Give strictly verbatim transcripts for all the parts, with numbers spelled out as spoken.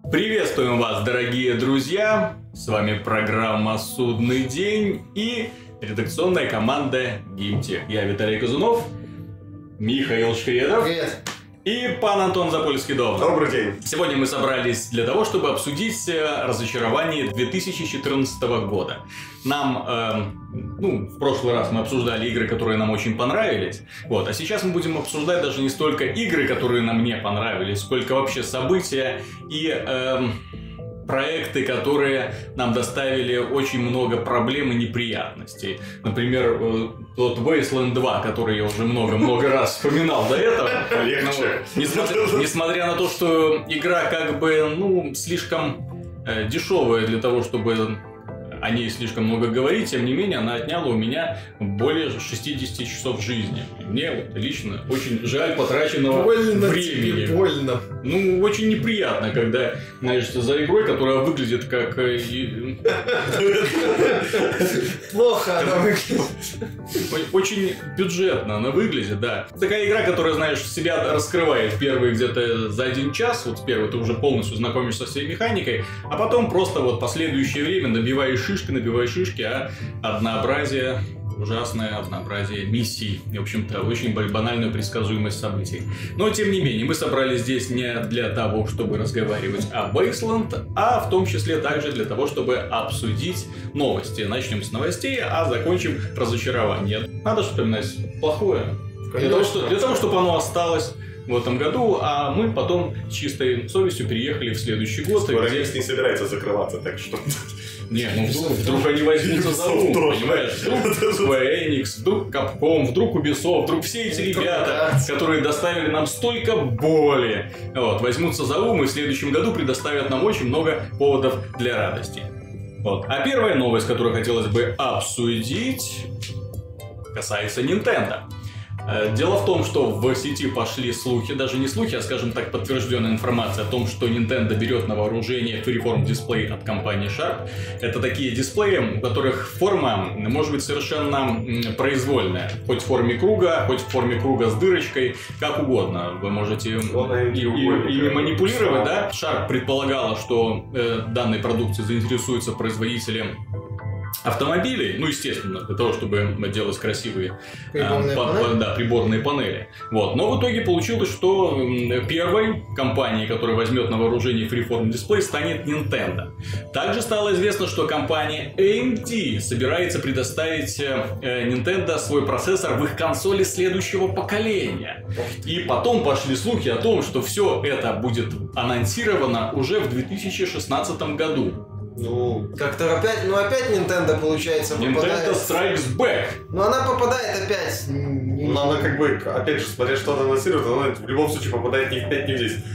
Приветствуем вас, дорогие друзья! С вами программа «Судный день» и редакционная команда Гимтех. Я Виталий Казунов, Михаил Шкредов. Привет. И пан Антон Запольский-Дом. Добрый день. Сегодня мы собрались для того, чтобы обсудить разочарование две тысячи четырнадцатого года. Нам, э, ну, в прошлый раз мы обсуждали игры, которые нам очень понравились. Вот, а сейчас мы будем обсуждать даже не столько игры, которые нам не понравились, сколько вообще события и э, проекты, которые нам доставили очень много проблем и неприятностей. Например, э, тот Wasteland два, который я уже много-много раз вспоминал до этого. Полегче. Ну, несмотря, несмотря на то, что игра как бы, ну, слишком э, дешевая для того, чтобы о ней слишком много говорить, тем не менее, она отняла у меня более шестьдесят часов жизни. Мне вот лично очень жаль потраченного больно времени. Тебе, больно. Ну, очень неприятно, когда, знаешь, за игрой, которая выглядит как... Плохо она выглядит. Очень бюджетно она выглядит, да. Такая игра, которая, знаешь, себя раскрывает первые где-то за один час. Вот первый ты уже полностью знакомишься со всей механикой, а потом просто вот последующее время набиваешь шишки, набиваешь шишки, а однообразие... ужасное однообразие миссий и, в общем-то, очень банальную предсказуемость событий. Но, тем не менее, мы собрались здесь не для того, чтобы разговаривать о Wasteland, а в том числе также для того, чтобы обсудить новости. Начнем с новостей, а закончим разочарование. Надо вспоминать плохое. Для того, что, для того, чтобы оно осталось в этом году, а мы потом с чистой совестью переехали в следующий год. Square где... Enix не собирается закрываться, так что... Не, ну вдруг, вдруг они возьмутся за ум, понимаешь? Вдруг Square Enix, вдруг Capcom, вдруг Ubisoft, вдруг все эти ребята, которые доставили нам столько боли, вот, возьмутся за ум и в следующем году предоставят нам очень много поводов для радости. Вот. А первая новость, которую хотелось бы обсудить, касается Nintendo. Дело в том, что в сети пошли слухи, даже не слухи, а, скажем так, подтвержденная информация о том, что Nintendo берет на вооружение Freeform дисплей от компании Sharp. Это такие дисплеи, у которых форма может быть совершенно произвольная. Хоть в форме круга, хоть в форме круга с дырочкой, как угодно. Вы можете ими манипулировать, да? Sharp предполагала, что э, данной продукцией заинтересуются производители автомобилей, ну, естественно, для того, чтобы делать красивые приборные, э, по, панели. По, да, приборные панели. Вот. Но в итоге получилось, что первой компанией, которая возьмет на вооружение Freeform дисплей, станет Nintendo. Также стало известно, что компания эй эм ди собирается предоставить э, Nintendo свой процессор в их консоли следующего поколения. И потом пошли слухи о том, что все это будет анонсировано уже в две тысячи шестнадцатом году. Ну, как-то опять, ну опять Nintendo, получается, попадает... Nintendo Strikes Back. Ну она попадает опять... Не... Ну, она как бы, опять же, смотря что она анонсирует, она в любом случае попадает ни в пять, ни в десять.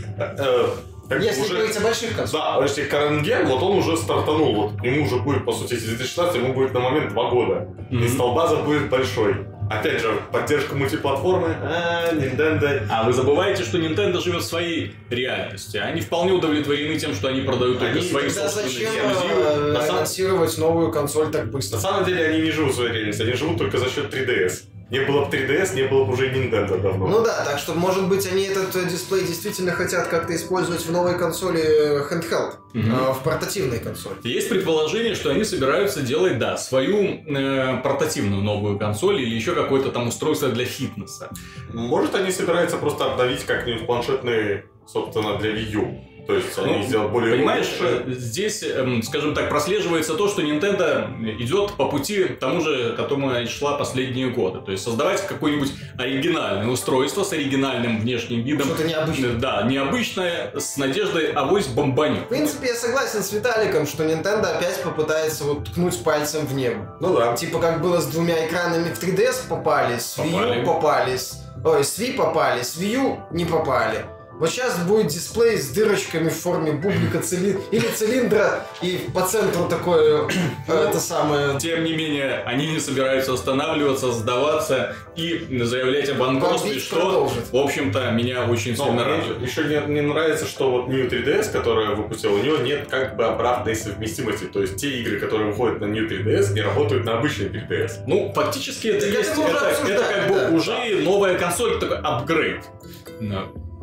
Как Если уже... говорить о больших консолях. Да, почти Current Gen, вот он уже стартанул, вот ему уже будет, по сути, если две тысячи шестнадцатый, ему будет на момент два года. Mm-hmm. И столбаза будет большой. Опять же, поддержка мультиплатформы, а, Nintendo... А вы забываете, что Nintendo живет в своей реальности. Они вполне удовлетворены тем, что они продают только они свои тогда собственные зачем эксклюзивы. э, анонсировать новую консоль так быстро? На самом деле они не живут в своей реальности, они живут только за счет три ди эс. Не было бы три ди эс, не было бы уже Nintendo давно. Ну да, так что, может быть, они этот дисплей действительно хотят как-то использовать в новой консоли handheld, Угу. э, в портативной консоли. Есть предположение, что они собираются делать, да, свою э, портативную новую консоль или еще какое-то там устройство для фитнеса. Может, они собираются просто обновить как-нибудь планшетные, собственно, для Wii U. То есть они Ну, сделают более... понимаешь, лучше. здесь, эм, скажем так, прослеживается то, что Nintendo идет по пути тому же, к которому она шла последние годы. То есть создавать какое-нибудь оригинальное устройство с оригинальным внешним видом. Что-то необычное. Да, необычное, с надеждой авось бомбанет. В принципе, я согласен с Виталиком, что Nintendo опять попытается вот ткнуть пальцем в небо. Ну да. Типа как было с двумя экранами в три ди эс попались, с Wii Попали. U попались, ой, с Wii попали, с Wii U не попали. Вот сейчас будет дисплей с дырочками в форме бублика цилиндра или цилиндра, и по центру такое это самое. Тем не менее, они не собираются останавливаться, сдаваться и заявлять об банкротстве, Бомбить что, продолжит. в общем-то, меня очень Но сильно мне радует. еще не, не нравится, что вот New три ди эс, которая выпустила, у нее нет как бы обратной совместимости. То есть те игры, которые выходят на New три ди эс, не работают на обычной три ди эс. Ну, фактически это Так есть, это мы уже это, это обсуждали, как бы да. уже новая консоль, такой апгрейд. Да.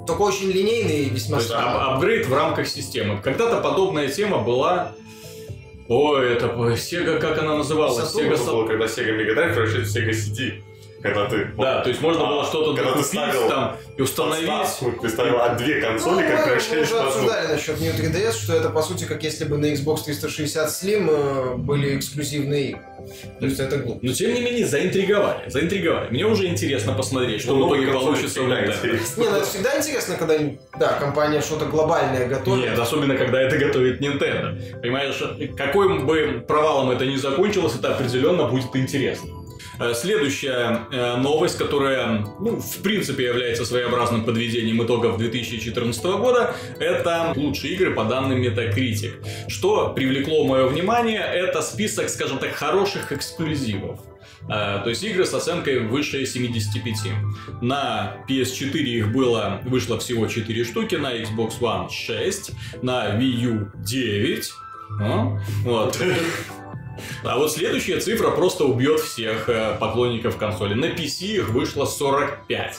только очень линейный и весьма То есть странный. ап- апгрейд в рамках системы. Когда-то подобная тема была... Ой, это Sega, как она называлась? Saturn. Sega Это было, когда Sega Mega Drive превращается в Sega си ди. Когда ты... Да, то есть можно было А, что-то когда ты докупить ставил там и установить. подставку, ты ставил а две консоли, Ну, как мы, мы превращаешь уже в одну. обсуждали насчет New три ди эс, что это по сути как если бы на Xbox триста шестьдесят Slim э, были эксклюзивные игры. То есть это глупо. Но тем не менее заинтриговали, заинтриговали. Мне уже интересно посмотреть, что Ну, в итоге консоли получится у всегда Nintendo. интересно. Не, ну это всегда интересно, когда да, компания что-то глобальное готовит. Нет, особенно когда это готовит Nintendo. Понимаешь, каким бы провалом это ни закончилось, это определенно будет интересно. Э, Следующая э, новость, которая, ну, в принципе, является своеобразным подведением итогов две тысячи четырнадцатого года, это лучшие игры по данным Metacritic. Что привлекло мое внимание, это список, скажем так, хороших эксклюзивов. Uh, то есть игры с оценкой выше семидесяти пяти. На пи эс четыре их было, вышло всего четыре штуки, на Xbox One шесть, на Wii U девять. А? Вот. А вот следующая цифра просто убьет всех э, поклонников консоли. На пи си их вышло сорок пять.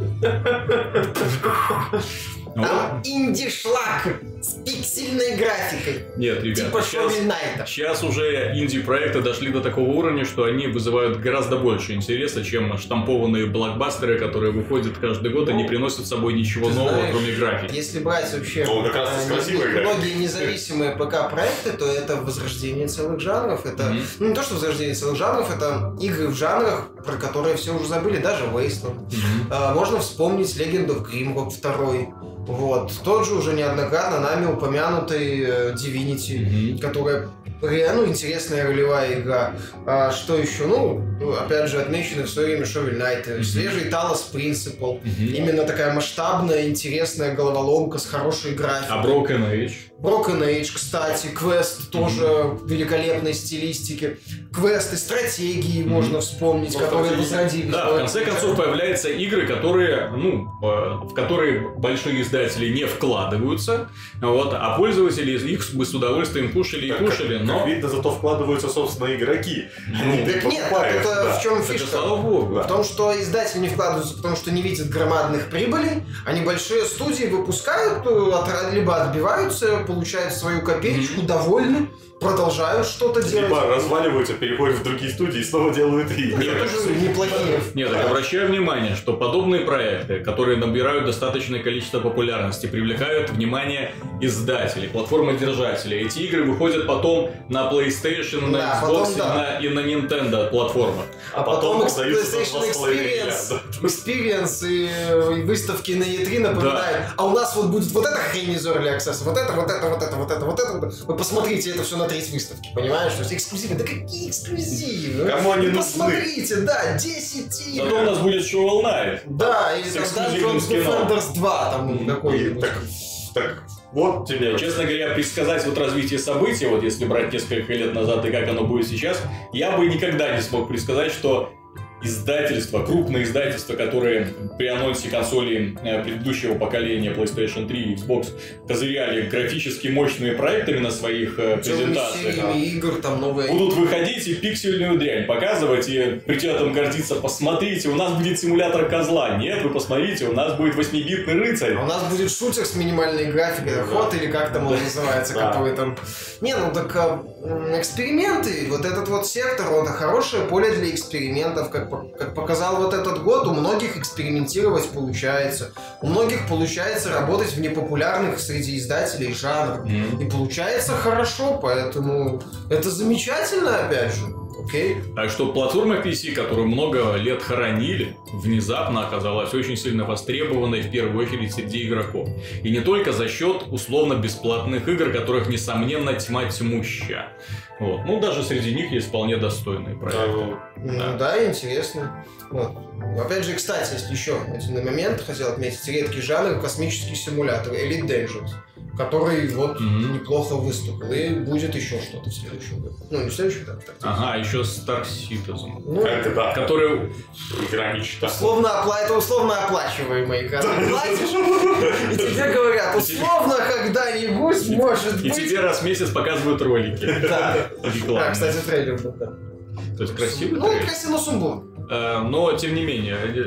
Там инди-шлак с пиксельной графикой. Нет, ребята, Типа сейчас, Shovel Knight. сейчас уже инди-проекты дошли до такого уровня, что они вызывают гораздо больше интереса, чем штампованные блокбастеры, которые выходят каждый год и не приносят с собой ничего Ты нового, знаешь, кроме графики. Если брать вообще Ну, как раз э, красивая не- графика. многие независимые ПК-проекты, то это возрождение целых жанров. Это Мгм. ну, не то, что возрождение целых жанров, это игры в жанрах, про которые все уже забыли, даже Wasteland. Мгм. А, можно вспомнить Legend of Grimrock два. Вот. Тот же уже неоднократно нами упомянутый э, Divinity, Мгм. которая реально интересная ролевая игра. А, что еще? Ну, опять же, отмеченный в свое время Shovel Knight, Мгм. свежий Talos Principle. Мгм. Именно такая масштабная, интересная головоломка с хорошей графикой. А Broken Age? Broken Age, кстати, квест тоже великолепной стилистики. Квесты, стратегии Мгм. можно вспомнить, Ну, которые стратегии. возродились. Да, в конце концов появляются игры, которые, ну, э, в которые большие издатели не вкладываются, вот, а пользователи их бы с удовольствием кушали и Так, кушали, как, но... как видно, зато вкладываются, собственно, игроки. Они Так ты нет, покупаешь, это да. в чем Это фишка? слава богу. В том, что издатели не вкладываются, потому что не видят громадных прибылей, а небольшие студии выпускают, э, от- либо отбиваются, получают свою копеечку, довольны, продолжают что-то делать. Либо разваливаются, переходят в другие студии и снова делают игры. Это тоже неплохие. Нет, так обращаю внимание, что подобные проекты, которые набирают достаточное количество популярности, привлекают внимание издателей, платформодержателей. Эти игры выходят потом на PlayStation, на Да, Xbox потом и, да. на, и на Nintendo платформах. А потом потом продаются за PlayStation два с половиной Experience, миллиарда. Experience и, э, и выставки на и три напоминают, а у нас вот будет вот эта хрень из Early Access, вот это, вот это, вот это, вот это, вот это. вот это. Вы посмотрите это все на треть выставки, понимаешь? То есть эксклюзивы, да какие эксклюзивы? Кому они Вы нужны? посмотрите, да, десять Зато у игр. нас будет Shovel Knight. Да, или с там эксклюзивным Dungeons скином. Defenders два, там какой-нибудь. Так, так, вот тебе. Честно говоря, предсказать вот развитие событий, вот если брать несколько лет назад и как оно будет сейчас, я бы никогда не смог предсказать, что издательства, крупные издательства, которые при анонсе консолей э, предыдущего поколения PlayStation три и Xbox козыряли графически мощными проектами на своих э, Целыми презентациях, сериями игр, там новые... будут выходить и пиксельную дрянь показывать, и при этом гордиться: посмотрите, у нас будет симулятор козла. Нет, вы посмотрите, у нас будет восьмибитный рыцарь. А у нас будет шутер с минимальной графикой, Да. ход или как там он называется, Да. какой там. Не, ну так а, м, эксперименты, вот этот вот сектор, это хорошее поле для экспериментов, как, по- как показал вот этот год, у многих экспериментировать получается, у многих получается работать в непопулярных среди издателей жанрах, Мгм. и получается хорошо, поэтому это замечательно, опять же. Окей. Так что платформа пи си, которую много лет хоронили, внезапно оказалась очень сильно востребованной в первую очередь среди игроков. И не только за счет условно-бесплатных игр, которых, несомненно, тьма тьмуща. Вот. Ну, даже среди них есть вполне достойные проекты. Ну Да. да, интересно. Вот. Опять же, кстати, если еще один момент хотел отметить, редкий жанр — космический симулятор Elite Dangerous, который вот Мгм. неплохо выступил, и будет еще что-то в следующем году. Ну, не в следующем, так, так. Ага, еще Star Citizen, Ну, Это да. который... Игра мечта. условно опла... это условно оплачиваемая игра. Ты платишь, и тебе говорят, условно когда-нибудь, может И быть... тебе раз в месяц показывают ролики. Да. Рекламные. А, кстати, трейлер был, да. То есть красивый Ну, трейлер. красиво, но сумбурно. Э, Но, тем не менее, э,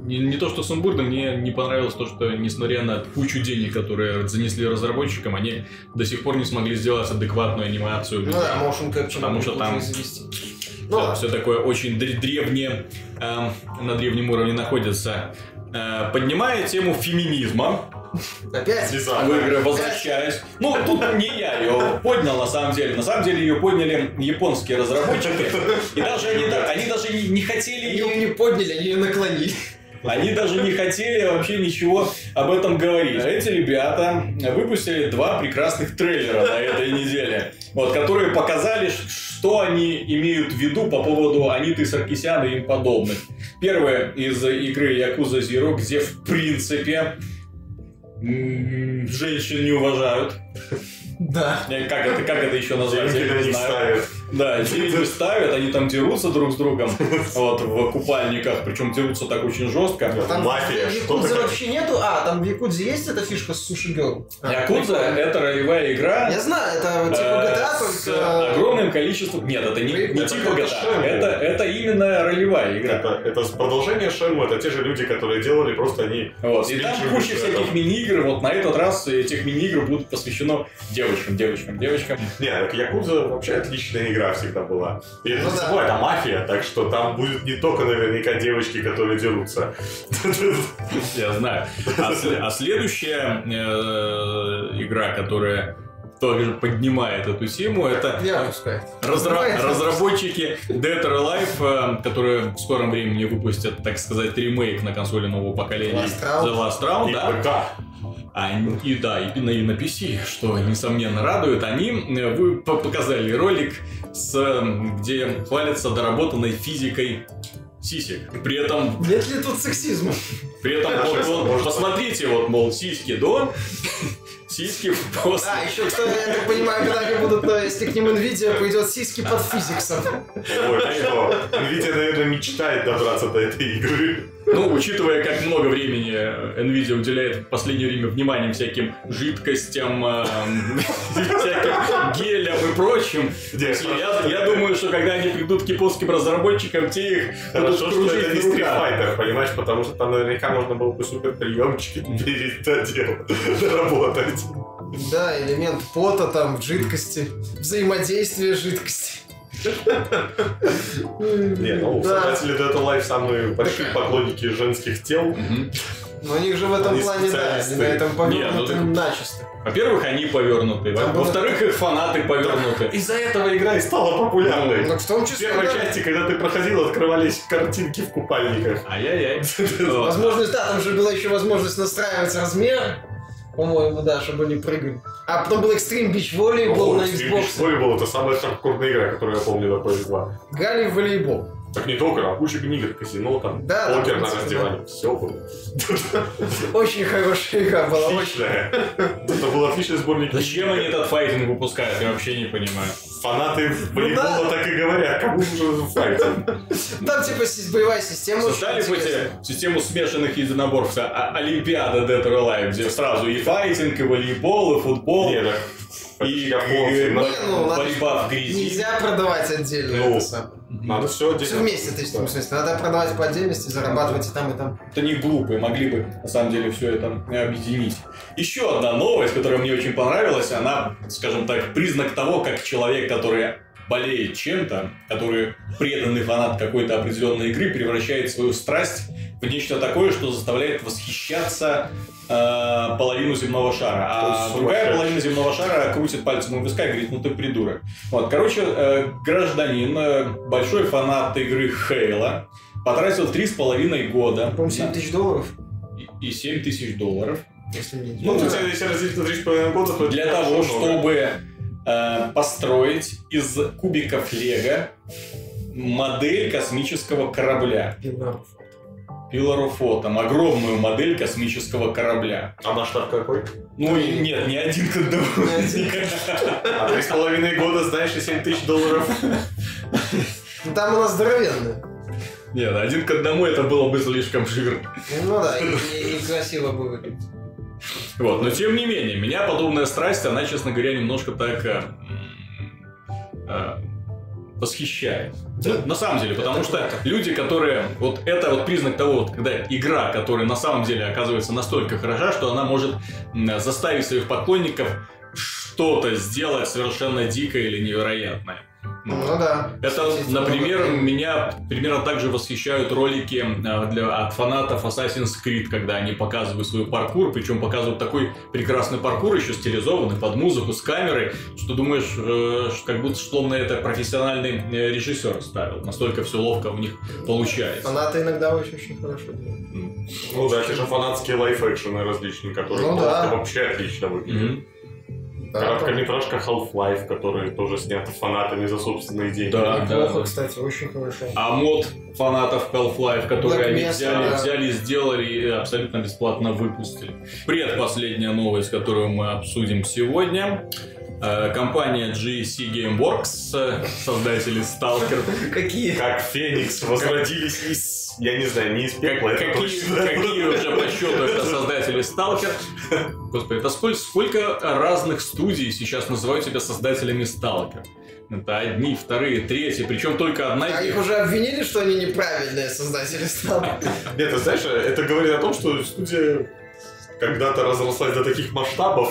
не, не то что сумбурно, мне не понравилось то, что несмотря на кучу денег, которые занесли разработчикам, они до сих пор не смогли сделать адекватную анимацию. Ну да, motion capture. Потому что там ну, да, все такое очень древнее, э, на древнем уровне находится. Э, поднимая тему феминизма, опять? В игры возвращаюсь. Ну, тут не я ее поднял, на самом деле. На самом деле ее подняли японские разработчики. И даже они, они даже не, не хотели ее... Они ее не подняли, они ее наклонили. Они даже не хотели вообще ничего об этом говорить. Эти ребята выпустили два прекрасных трейлера на этой неделе, вот, которые показали, что они имеют в виду по поводу Аниты Саркисян и им подобных. Первое из игры Yakuza Zero, где в принципе женщин не уважают. Да. Как это, как это еще назвать? Деньги на них ставят. Да, деньги ставят, они там дерутся друг с другом, вот, в купальниках, причем дерутся так очень жестко. Там мафия, в Якудзе вообще нету? А, там в Якудзе есть эта фишка с Суши Герл? Якудза — это ролевая игра. Я знаю, это типа джи ти эй, с только... огромным количеством... Нет, это не, не это типа джи ти эй, это, это, это именно ролевая игра. Это, это продолжение Шенму, это те же люди, которые делали, просто они... Вот. И там куча всяких мини-игр, вот на этот раз этих мини-игр будут посвящено девочкам, девочкам, девочкам. Не, так Якудза вообще отличная игра всегда была. И это, ну, да. это мафия, так что там будет не только наверняка девочки, которые дерутся. Я знаю. А, а следующая э, игра, которая также поднимает эту тему, это разра- разработчики Dead or Alive, которые в скором времени выпустят, так сказать, ремейк на консоли нового поколения The Last Round, да? Они, и да, и на, и на пи си, что несомненно радует, они вы показали ролик, с, где хвалятся доработанной физикой сисек. При этом... Нет ли тут сексизма? При этом, вот, вот, посмотрите, вот, мол, сиськи до... Сиськи после... А, еще, кто, я так понимаю, когда они будут, если к ним Nvidia пойдет сиськи под физиксом. Ой, что? Nvidia, наверное, мечтает добраться до этой игры. Ну, учитывая, как много времени Nvidia уделяет в последнее время вниманием всяким жидкостям, всяким гелям и прочим, я думаю, что когда они придут к японским разработчикам, те их будут кружить. Хорошо, что это не Street Fighter, понимаешь, потому что там наверняка можно было бы суперприемчики доработать. Да, элемент пота там в жидкости, взаимодействие жидкости. Не, ну, создатели Dead or Alive самые большие поклонники женских тел. Но у них же в этом плане, да, они на этом повернуты начисто. Во-первых, они повернуты. Во-вторых, их фанаты повернуты. Из-за этого игра и стала популярной. Ну, в том числе, в первой части, когда ты проходил, открывались картинки в купальниках. Ай-яй-яй. Возможность, да, там же была еще возможность настраивать размер. По-моему, да, чтобы они прыгали. А потом был Extreme Beach Volleyball на Xbox. Extreme Beach Volleyball — это самая хардкорная игра, которую я помню на пи эс два. Играли в волейбол. Так не только, а куча игр, казино, там, да, покер да, на раздевании. Да. Все было. Очень хорошая игра была. Отличная. Это был отличный сборник. Зачем они этот файтинг выпускают? Я вообще не понимаю. Фанаты волейбола ну, да. так и говорят, кому нужен файтинг. Там типа боевая система. Создали бы систему смешанных единоборств, Олимпиада Dead or Alive, где сразу и файтинг, и волейбол, и футбол. Нет, и, и, и ну, борьба в грязи. Нельзя продавать отдельно ну, это самое. Надо все отдельно. Все вместе, то есть, в смысле, надо продавать по отдельности, зарабатывать и там, и там. Это не глупые, могли бы, на самом деле, все это объединить. Еще одна новость, которая мне очень понравилась, она, скажем так, признак того, как человек, который болеет чем-то, который преданный фанат какой-то определенной игры, превращает свою страсть в нечто такое, что заставляет восхищаться э, половину земного шара. А другая половина земного шара крутит пальцем у виска и говорит: ну ты придурок. Вот, короче, э, гражданин, э, большой фанат игры Halo, потратил три с половиной года. По-моему, семь тысяч долларов. И семь тысяч долларов. Если не ну, если разделить на три с половиной года, то для того, чтобы э, построить из кубиков Лего модель космического корабля. Pillar of Autumn. Огромную модель космического корабля. А масштаб какой? Ну и нет, не один к одному. А три с половиной года, знаешь, и семь тысяч долларов. Ну там у нас здоровенная. Нет, один к одному это было бы слишком жирно. Ну да, и некрасиво бы выглядеть. Вот, но тем не менее, меня подобная страсть, она, честно говоря, немножко так... Э, э, восхищает. Да. На самом деле, потому это что это. люди, которые... Вот это вот признак того, вот, когда игра, которая на самом деле оказывается настолько хороша, что она может заставить своих поклонников что-то сделать совершенно дикое или невероятное. Ну, ну да. Это, например, меня примерно так же восхищают ролики для, от фанатов Assassin's Creed, когда они показывают свой паркур, причем показывают такой прекрасный паркур, еще стилизованный под музыку, с камерой, что думаешь, э, как будто словно это профессиональный режиссер ставил. Настолько все ловко у них получается. Фанаты иногда очень-очень хорошо делают. Ну да, те же фанатские лайф-экшены различные, которые ну, да. вообще отлично выглядят. Mm-hmm. Короткометражка Half-Life, который тоже снята фанатами за собственные деньги. Да, неплохо, да. кстати, очень хорошо. А мод фанатов Half-Life, который Black они Mesa, взяли, да. взяли, сделали и абсолютно бесплатно выпустили. Предпоследняя новость, которую мы обсудим сегодня. Компания джи си Gameworks, создатели Stalker. Какие? Как Феникс возродились из, я не знаю, не из пепла. Как, какие, какие уже по счету это создатели Stalker? Господи, это сколько, сколько разных студий сейчас называют себя создателями Stalker? Это одни, вторые, третьи, причем только одна из А их уже обвинили, что они неправильные создатели Stalker? Нет, ты знаешь, это говорит о том, что студия когда-то разрослась до таких масштабов,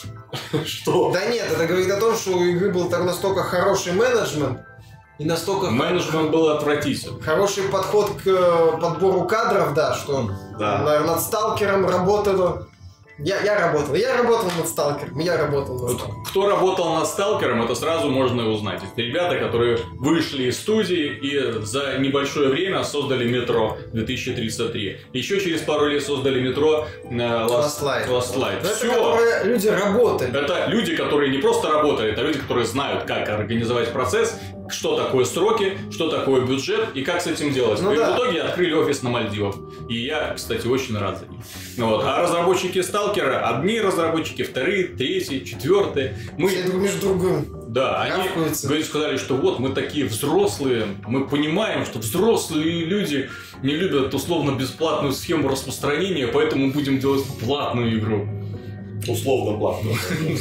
что... Да нет, это говорит о том, что у игры был так настолько хороший менеджмент и настолько... Менеджмент был отвратительный. Хороший подход к подбору кадров, да, что, да. наверное, над Сталкером работало... Я, я работал, я работал над Сталкером, я работал над Сталкером. Вот, кто работал над Сталкером, это сразу можно узнать. Это ребята, которые вышли из студии и за небольшое время создали Метро две тысячи тридцать три. Еще через пару лет создали Метро Last, Last Light. Last Light. Это Все. которые люди работали. Это люди, которые не просто работали, это люди, которые знают, как организовать процесс, что такое сроки, что такое бюджет и как с этим делать. Ну, и да. в итоге открыли офис на Мальдивах. И я, кстати, очень рад за них. Вот. А разработчики Сталкера, одни разработчики, вторые, третьи, четвертые. Мы... Все друг между другом. Да, они говорят, сказали, что вот мы такие взрослые, мы понимаем, что взрослые люди не любят условно-бесплатную схему распространения, поэтому будем делать платную игру. Условно платную.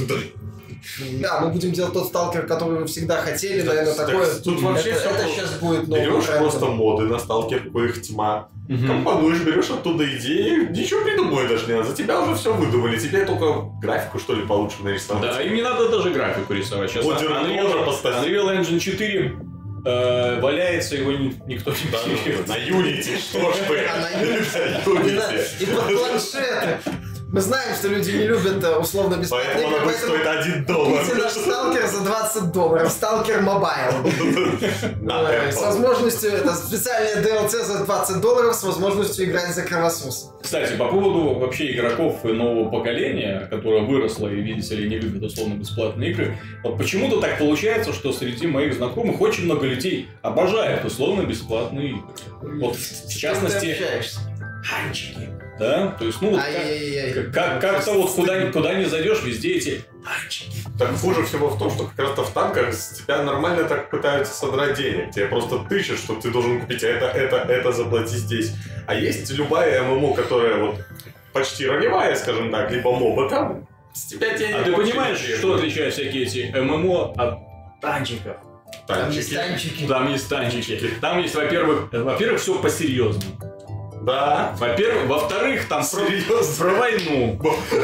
Да, мы будем делать тот сталкер, который вы всегда хотели, Да, наверное, так, такое. тут вообще это, всё это просто. сейчас будет новый Берешь тренд. просто моды на сталкер, их тьма. Мгм. Компонуешь, берешь оттуда идеи, ничего придумывать даже не надо. За тебя уже все выдумали. Тебе только графику, что ли, получше нарисовать. Да, им не надо даже графику рисовать. Сейчас Вот Unreal, тоже поставь. Unreal Engine четыре э, валяется, его ни- никто не Да, берет. на Unity, что ж вы. А на Unity? Unity. И под планшеты. Мы знаем, что люди не любят э, условно бесплатные Поэтому игры, она будет стоить один доллар. купите наш сталкер за двадцать долларов. Сталкер Мобайл. Да, Э, С Apple. возможностью, это специальное ди эл си за двадцать долларов с возможностью играть за кровосос. Кстати, по поводу вообще игроков нового поколения, которое выросло и, видите ли, не любит условно-бесплатные игры, вот почему-то так получается, что среди моих знакомых очень много людей обожают условно-бесплатные игры. Вот в, в частности, Ты общаешься. танчики, да? То есть, ну, вот как- Ай-яй-яй. как- как- как-то вот куда, ни- куда ни зайдешь, везде эти танчики. Так хуже всего в том, что как раз-то в танках с тебя нормально так пытаются содрать денег. Тебе просто тычут, что ты должен купить это, это, это, заплати здесь. А есть любая ММО, которая вот почти ролевая, скажем так, либо моба, там с тебя денег А ты вообще понимаешь, не что требуют. отличает всякие эти ММО от танчиков? Там есть Танчики. танчики. Там есть танчики. Там есть, во-первых, э, во-первых, все по-серьезному. Да. Во-первых, во-вторых, там про, Серьезно? про войну.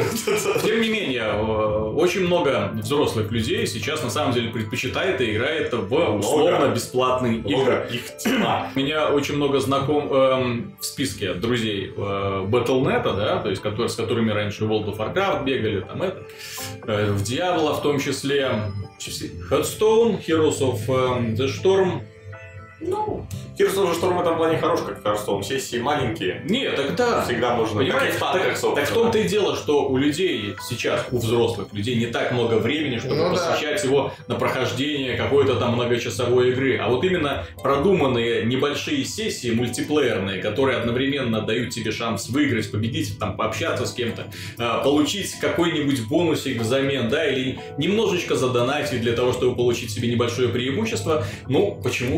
Тем не менее, э, очень много взрослых людей сейчас на самом деле предпочитает и играет в условно-бесплатные игры. Много их тьма. У меня очень много знаком эм, в списке друзей э, батл точка нет, да, то есть которые, с которыми раньше в World of Warcraft бегали, там это, э, в Diablo в том числе, Hearthstone, Heroes of эм, the Storm. Ну, Heroes of the Storm в этом плане хорош, как Hearthstone. Сессии маленькие. Нет, тогда. Всегда можно. Понимаешь, Как и в танках, так, так в собственно. том-то и дело, что у людей сейчас, у взрослых людей не так много времени, чтобы Ну да. посвящать его на прохождение какой-то там многочасовой игры. А вот именно продуманные небольшие сессии мультиплеерные, которые одновременно дают тебе шанс выиграть, победить, там, пообщаться с кем-то, э, получить какой-нибудь бонусик взамен, да, или немножечко задонатить для того, чтобы получить себе небольшое преимущество, ну, почему бы и нет?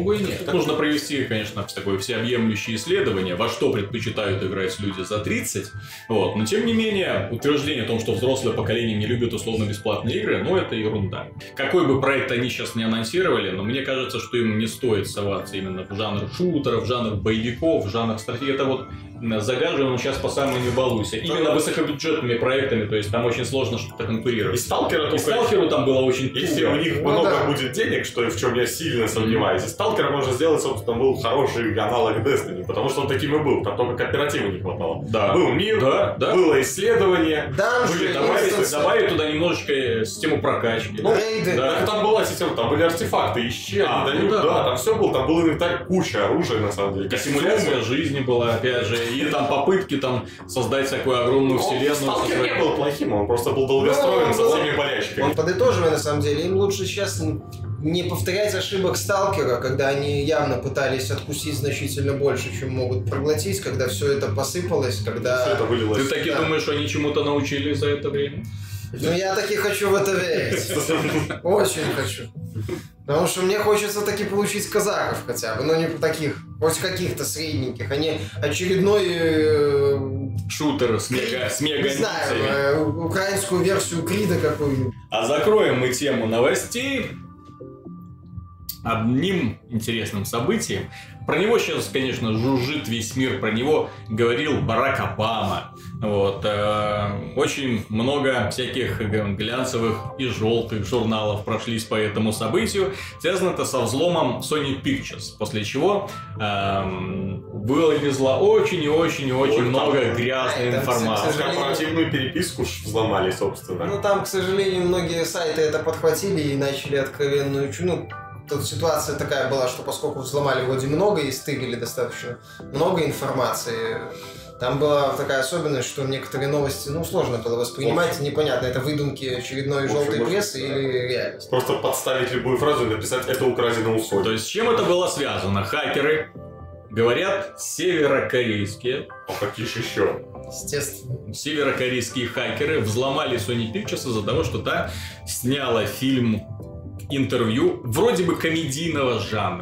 Тут нужно провести, конечно, такое всеобъемлющее исследование, во что предпочитают играть люди за тридцать. Вот. Но, тем не менее, утверждение о том, что взрослое поколение не любит условно-бесплатные игры, ну, это ерунда. Какой бы проект они сейчас не анонсировали, но мне кажется, что им не стоит соваться именно в жанр шутеров, в жанр боевиков, в жанр стратегии. Это вот загаживаем сейчас по самому не балуйся. Именно высокобюджетными проектами, то есть там очень сложно что-то конкурировать. И Сталкера, и Сталкеру там было очень туго. Если у них ну, много да. будет денег, что в чем я сильно сомневаюсь, из Сталкера можно сделать, собственно, был хороший аналог Destiny, потому что он таким и был, там только кооператива не хватало. Да. Был мир, да, да. было исследование, Данжи, были Добавить, инстансы. добавить туда немножечко систему прокачки. Ну, рейды. да. Так там была система, там были артефакты, ищи, А, они ну дают, да. да, там все было, там был инвентарь, куча оружия, на самом деле. И симуляция жизни была, опять же, и там попытки там создать такую огромную вселенную. со Сталкер своей- не был плохим, он просто был долгостроен Ну, со ну, всеми болельщиками. Он подытоживая, на самом деле, им лучше сейчас не повторять ошибок Сталкера, когда они явно пытались откусить значительно больше, чем могут проглотить, когда все это посыпалось, когда... Все это вылилось. Ты таки Да. думаешь, что они чему-то научились за это время? Ну, я таки хочу в это верить. Очень хочу. Потому что мне хочется таки получить казахов хотя бы, но не таких, хоть каких-то средненьких, а не очередной, э, Шутер с мега, с мега не знаю, э, украинскую версию Крида какую-нибудь. А закроем мы тему новостей одним интересным событием. Про него сейчас, конечно, жужжит весь мир, про него говорил Барак Обама. Вот, э, очень много всяких глянцевых и желтых журналов прошлись по этому событию. Связано это со взломом Sony Pictures, после чего э, вылезло очень и очень и очень Ой, много там- грязной там, к информации. сожалению- Корпоративную переписку ж взломали, собственно. Ну, там, к сожалению, многие сайты это подхватили и начали откровенную чуну. Тут ситуация такая была, что поскольку взломали вроде много и стырили достаточно много информации, там была такая особенность, что некоторые новости, ну, сложно было воспринимать, непонятно, это выдумки очередной В общем, желтой можно прессы сказать. или реальность. Просто подставить любую фразу и написать «это украдено у Sony». То есть с чем это было связано? Хакеры, говорят, северокорейские, А какие ж еще? Естественно. северокорейские хакеры взломали Sony Pictures из-за того, что та сняла фильм интервью вроде бы комедийного жанра.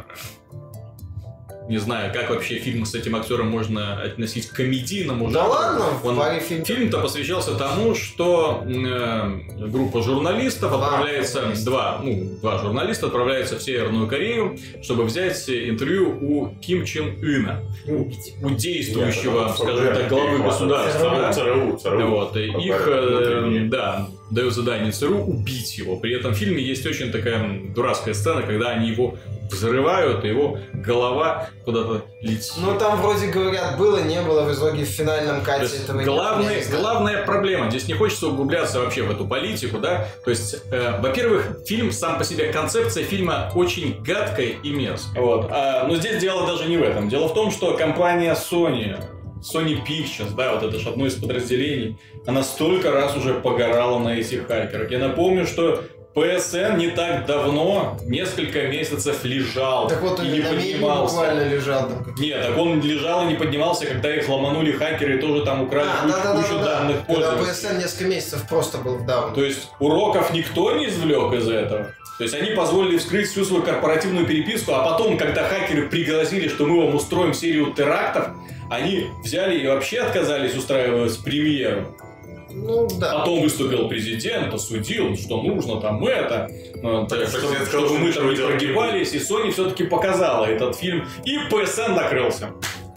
Не знаю, как вообще фильм с этим актером можно относить к комедийному Да жанру. ладно, в Он- паре фильмов. Фильм-то посвящался тому, что э, группа журналистов Два отправляется, журналиста. два, ну, два журналиста отправляются в Северную Корею, чтобы взять интервью у Ким Чен Ына, у действующего, Нет, скажем так, главы государства. да? ЦРУ, ЦРУ. Вот, и Какая их, э, внутренняя. да, дают задание ЦРУ убить его. При этом в фильме есть очень такая дурацкая сцена, когда они его взрывают, и его голова куда-то летит. Ну, там вроде говорят, было, не было, в итоге в финальном То кате есть этого главный- нет, я не знаю. главная проблема, здесь не хочется углубляться вообще в эту политику, да, то есть, э, во-первых, фильм сам по себе, концепция фильма очень гадкая и мерзкая, вот, А, но здесь дело даже не в этом, дело в том, что компания Sony, Sony Pictures, да, вот это же одно из подразделений, она столько раз уже погорала на этих хакерах. Я напомню, что пи эс эн не так давно, несколько месяцев лежал Так вот, и он не на медне поднимался. буквально лежал там. как- Нет, так он лежал и не поднимался, когда их ломанули хакеры и тоже там украли А, кучу, да-да-да-да-да. кучу данных Когда пи пользователей. эс эн несколько месяцев просто был в даун. То есть уроков никто не извлек из этого. То есть они позволили вскрыть всю свою корпоративную переписку, а потом, когда хакеры пригрозили, что мы вам устроим серию терактов, они взяли и вообще отказались устраивать премьеру. Ну, да. Потом выступил президент, осудил, что нужно там это, ну, Так, что- президент чтобы сказал, мы что там не ничего делать не прогибались, и Sony все-таки показала этот фильм, и пи эс эн накрылся.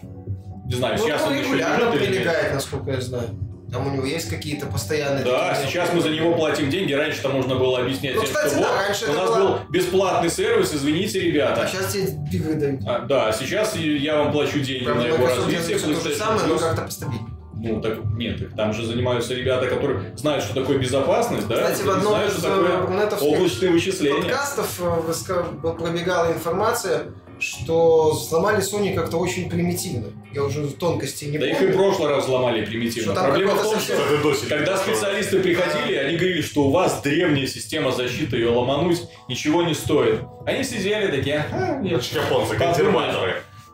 Не знаю, Ну, сейчас он он еще регулярно лежит или нет. прилегает, насколько я знаю. Там у него есть какие-то постоянные... Да, такие сейчас мы за него платим деньги. Раньше-то можно было объяснять, Ну, всем, кстати, что да, вот, раньше у это нас было- был бесплатный сервис, извините, А ребята. сейчас тебе пивы дают. А, да, сейчас я вам плачу деньги Правда, на его Microsoft развитие. делает всё то же PlayStation самое, но Plus. как-то постабильнее. Ну, так нет, их там же занимаются ребята, которые знают, что такое безопасность, да? Кстати, в и одном знают, из что такое рунетовских облачные вычисления. подкастов э, выска- пробегала информация, что взломали Sony как-то очень примитивно. Я уже тонкостей не Да их и помню. в прошлый раз взломали примитивно. Что там Проблема в какой-то том, что совсем- Это досить. когда специалисты приходили, они говорили, что у вас древняя система защиты, ее ломануть ничего не стоит. Они сидели такие, ага, нет. Значит, японцы, Подумаешь. консерваторы.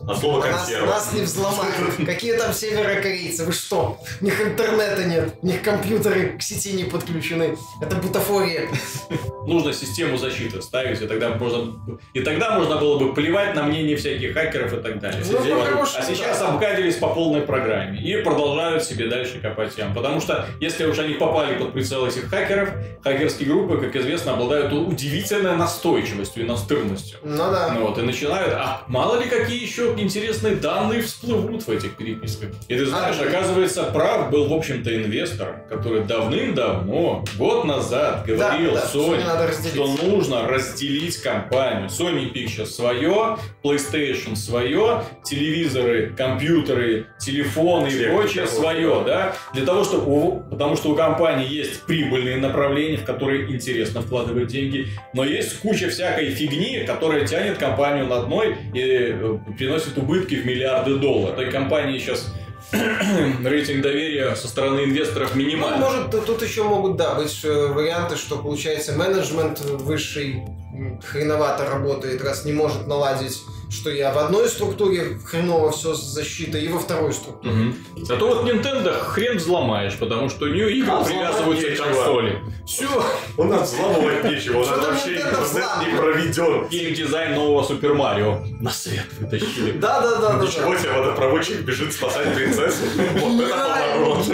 От слова нас, консерва. нас не взломают. Какие там северокорейцы? Вы что? У них интернета нет, у них компьютеры к сети не подключены. Это бутафория. Нужно систему защиты ставить, и тогда можно, и тогда можно было бы плевать на мнение всяких хакеров и так далее. Ну, Сидели- хорошо, а сейчас да. обгадились по полной программе и продолжают себе дальше копать яму. Потому что если уж они попали под прицел этих хакеров, хакерские группы, как известно, обладают удивительной настойчивостью и настырностью. Ну да. Ну вот, и начинают, а мало ли какие еще интересные данные всплывут в этих переписках. И ты знаешь, А, оказывается, прав был, в общем-то, инвестор, который давным-давно, год назад, говорил Да, да, Sony, Sony надо разделить. что нужно разделить компанию. Sony Pictures свое, PlayStation свое, телевизоры, компьютеры, телефоны и Техника, прочее вот, свое, да? Для того, чтобы у, потому что у компании есть прибыльные направления, в которые интересно вкладывать деньги, но есть куча всякой фигни, которая тянет компанию на дно и э, приносит убытки в миллиарды долларов. Этой компании сейчас рейтинг доверия со стороны инвесторов Ну, минимальный. может, тут тут еще могут, да, быть э, варианты, что, получается, менеджмент высший м, хреновато работает, раз не может наладить, что я в одной структуре хреново все с защитой, и во второй структуре. Мгм. Зато вот Nintendo хрен взломаешь, потому что у нее игры А, привязываются к нечего. консоли. Все. У нас взламывать нечего, у нас Что там вообще Nintendo интернет не взламывает? проведен. Геймдизайн нового Супер Марио на свет вытащили. Да, да, да, да. Ничего себе, водопроводчик бежит спасать принцессу. Вот это поворот.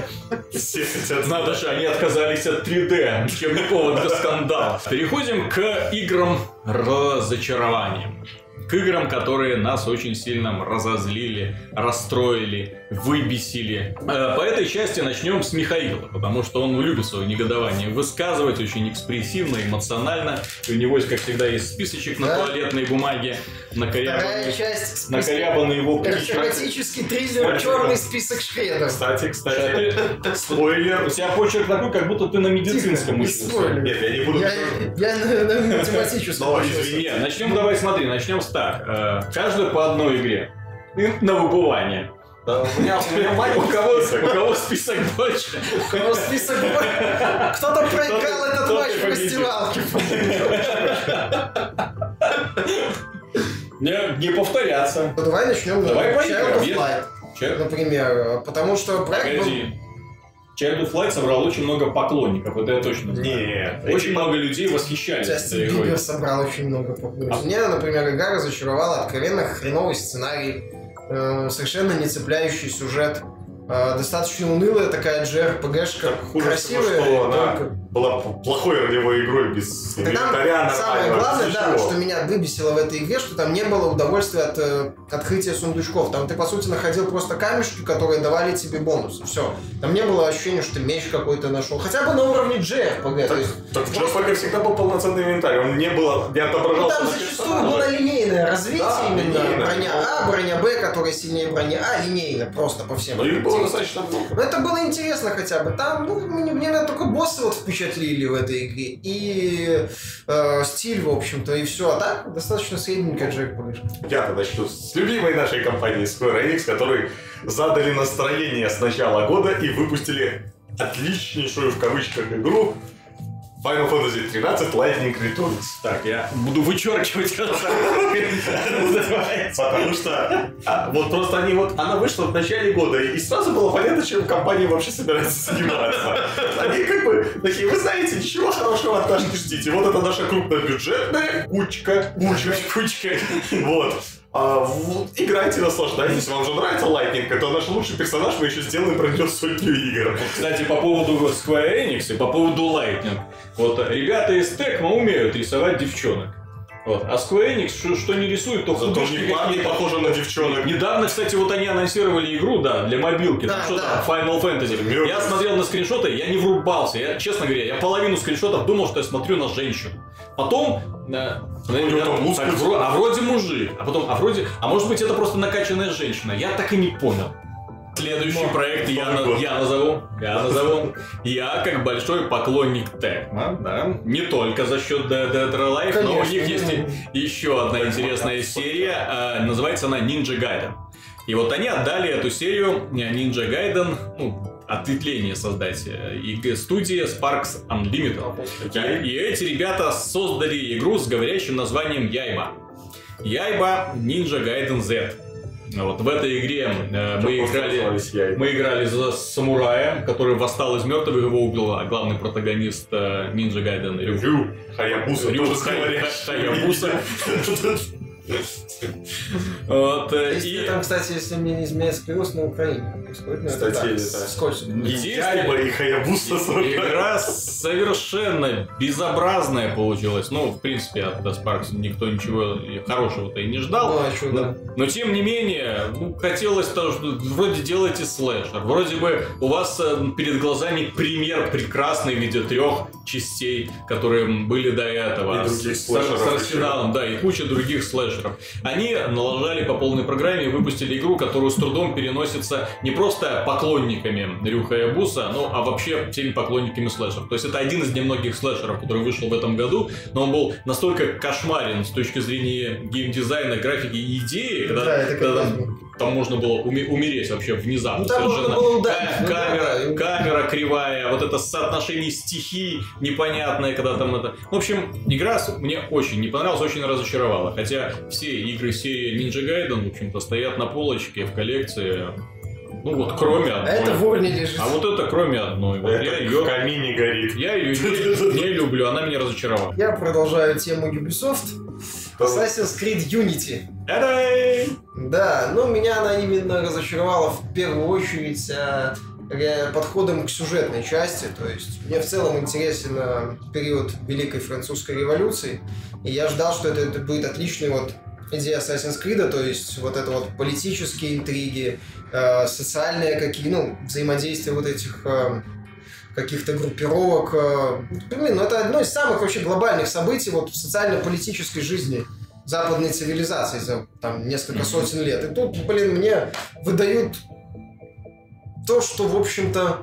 Все хотят Надо же, они отказались от три дэ, чем не повод для скандала. Переходим к играм разочарования. К играм, которые нас очень сильно разозлили, расстроили, выбесили. Э, По этой части начнем с Михаила, потому что он любит свое негодование высказывать очень экспрессивно, эмоционально. И у него, как всегда, есть списочек на Да. туалетной бумаге, Вторая накорябанный, часть. накорябанный его птичкой. Эротический триллер «Черный список шведов». Кстати, кстати, Ты- У спойлер. тебя почерк такой, как будто ты на медицинском Тихо, без учился. спойлеров. Нет, я не буду... Я, я на, на математическом Но, учился. извини. Не, начнем, давай смотри, начнем с так. Э, Каждый по одной игре. И на выбывание. Да, у меня, у меня У маленький кого, список. у кого список больше? У кого список бой- Кто-то проиграл Кто-то- этот кто-то матч в победил. раздевалке. Не, не повторяться. Ну, давай начнем. Давай на поиграем. Child of Я- Light, Че? например. Потому что проект был... Погоди. Child of Light собрал очень много поклонников, это я точно знаю. Нет. Очень много людей восхищались Джастин этой игрой. Бибер собрал очень много поклонников. А- Меня, например, игра разочаровала откровенно хреновый сценарий, э, совершенно не цепляющий сюжет, э, достаточно унылая такая джей ар пи джешка, Так хуже всего, красивая, что она только... была плохой ролевой игрой без Да там инвентаря самое нормального, главное, без да, ничего. что меня выбесило в этой игре, что там не было удовольствия от э, открытия сундучков. Там ты, по сути, находил просто камешки, которые давали тебе бонусы. Все. Там не было ощущения, что ты меч какой-то нашел. Хотя бы на уровне джей ар пи джи. То есть, Так в джей ар пи джи всегда был полноценный инвентарь, он не было, не ну, отображался там на зачастую персонаже. было линейное развитие Да, именно. линейное. Броня А, броня Б, которая сильнее брони А, линейно, просто по всем. Но их было характеристикам. достаточно много. Но это было интересно хотя бы. Там, ну, мне, мне наверное, только боссы вот впечатлили в этой игре. И э, стиль, в общем-то, и все. А так, достаточно средненькая джей ар пи джи. Я-то начну с любимой нашей компании Square Enix, которые задали настроение с начала года и выпустили отличнейшую в кавычках игру Final Fantasy тринадцать Lightning Returns. Так, я буду вычеркивать это. Потому что а, вот просто они вот, она вышла в начале года, и сразу было понятно, чем компания вообще собирается заниматься. Они как бы такие, вы знаете, ничего хорошего от нас не ждите. Вот это наша крупнобюджетная кучка, кучка, кучка. Вот. А, вот, играйте, наслаждайтесь. Вам же нравится Lightning? Это наш лучший персонаж, мы еще сделаем про него сотню игр. Кстати, по поводу Square Enix и по поводу Lightning. Вот ребята из Tecmo умеют рисовать девчонок. Вот. А Square Enix, что, что не рисует, то Зато художники не парни какие-то. похожи на девчонок. Недавно, кстати, вот они анонсировали игру, да, для мобилки. Да, там что да. там, Final Fantasy. Мёртв. Я смотрел на скриншоты, я не врубался. Я, честно говоря, я половину скриншотов думал, что я смотрю на женщину. Потом, да, него там мускулы. так, вро- а вроде мужик, а потом, а вроде, а может быть это просто накачанная женщина. Я так и не понял. Следующий Но. проект я, Новый на- год. я назову. Я назову. Я, как большой поклонник Tecmo, да, не только за счет Dead Dead or Alive, но у Конечно. них есть и еще одна интересная серия. э, Называется она Ninja Gaiden. И вот они отдали эту серию Ninja Gaiden, ну, ответвление создать, э, и студии Sparks Unlimited. И, и эти ребята создали игру с говорящим названием Яйба. Яйба Ninja Gaiden Z. Вот в этой игре э, мы, играли, мы играли за самурая, который восстал из мертвых, его убил а главный протагонист э, Ninja Gaiden Рю. Хаябуса. Рю Хаябуса. Вот, и... Там, кстати, если мне не изменяется перевод, на Украине. Кстати, это скользко. Яйба и Хаябуса. Игра совершенно безобразная получилась. Ну, в принципе, от Sparks никто ничего хорошего-то и не ждал. Ну, а что, но, да. но, тем не менее, ну, хотелось то, что вроде делаете слэшер. Вроде бы у вас перед глазами пример прекрасный в виде трех частей, которые были до этого. И других с, слэшеров. С арсеналом, да, и куча других слэшеров. Они налажали по полной программе и выпустили игру, которую с трудом переносится не просто поклонниками Рю Хаябуса, ну, а вообще всеми поклонниками слэшеров. То есть это один из немногих слэшеров, который вышел в этом году, но он был настолько кошмарен с точки зрения геймдизайна, графики и идеи, когда, да, это когда там, там можно было уми- умереть вообще внезапно. Ну, там можно было ударить. К- камера, камера кривая, вот это соотношение стихий непонятное, когда там это... В общем, игра мне очень не понравилась, очень разочаровала. Хотя все игры серии Ninja Gaiden, в общем-то, стоят на полочке в коллекции. Ну вот, кроме одной. А это в урне лежит. А вот это кроме одной. Вот это я в ее... камине горит. Я ее не, не люблю, она меня разочаровала. Я продолжаю тему Ubisoft. Assassin's Creed Unity. Эдай! Да, но меня она именно разочаровала в первую очередь а, подходом к сюжетной части. То есть мне в целом интересен а, период Великой Французской революции. И я ждал, что это, это будет отличный вот идея Assassin's Creed, то есть вот это вот политические интриги, э, социальные какие, ну, взаимодействия вот этих э, каких-то группировок. Э, блин, ну это одно из самых вообще глобальных событий вот в социально-политической жизни западной цивилизации за там несколько сотен лет. И тут, блин, мне выдают то, что, в общем-то,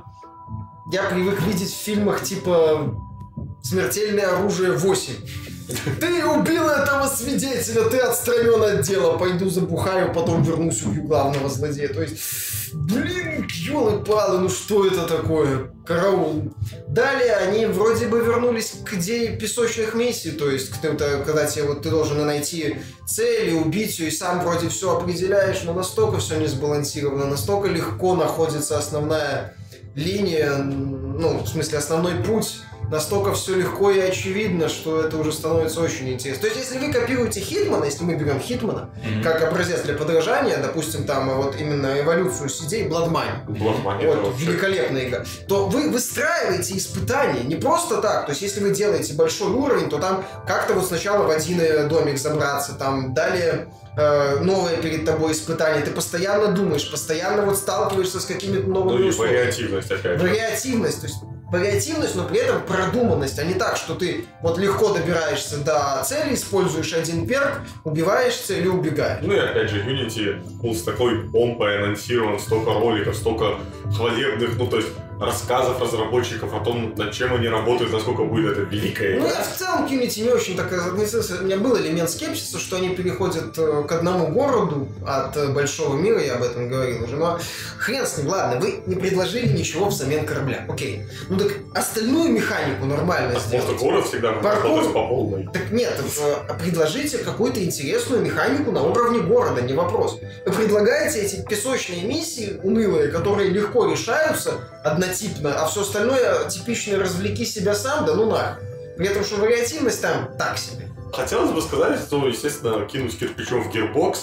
я привык видеть в фильмах типа «Смертельное оружие восемь». Ты убил этого свидетеля, ты отстранен от дела, пойду забухаю, потом вернусь, убью главного злодея. То есть, блин, ёлы-палы, ну что это такое? Караул. Далее они вроде бы вернулись к идее песочных миссий, то есть, когда тебе вот ты должен найти цель и убить ее, и сам вроде все определяешь, но настолько все не сбалансировано, настолько легко находится основная линия, ну, в смысле, основной путь. Настолько все легко и очевидно, что это уже становится очень интересно. То есть, если вы копируете Хитмана, если мы берем Хитмана, mm-hmm. как образец для подражания, допустим, там вот именно эволюцию идей Blood Money, Blood Money вот, вообще... великолепная игра, то вы выстраиваете испытания не просто так. То есть, если вы делаете большой уровень, то там как-то вот сначала в один домик забраться, там далее э, новое перед тобой испытание. Ты постоянно думаешь, постоянно вот сталкиваешься с какими-то новыми ну, условиями. Вариативность опять же. Вариативность, то есть вариативность, но при этом продуманность, а не так, что ты вот легко добираешься до цели, используешь один перк, убиваешь цель и убегаешь. Ну и опять же, Unity был с такой помпой анонсирован, столько роликов, столько хвалебных, ну то есть рассказов разработчиков о том, над чем они работают, насколько будет это великая игра. Ну, я в целом к Unity не очень так относился. У меня был элемент скепсиса, что они переходят к одному городу от большого мира, я об этом говорил уже, но хрен с ним, ладно, вы не предложили ничего взамен корабля, окей. Ну так остальную механику нормально а сделать. Может, город всегда работает по полной? Так нет, предложите какую-то интересную механику на уровне города, не вопрос. Вы предлагаете эти песочные миссии унылые, которые легко решаются, однотипно, а все остальное типичное развлеки себя сам, да ну нахуй. При этом, что вариативность там так себе. Хотелось бы сказать, что, естественно, кинуть кирпичом в Gearbox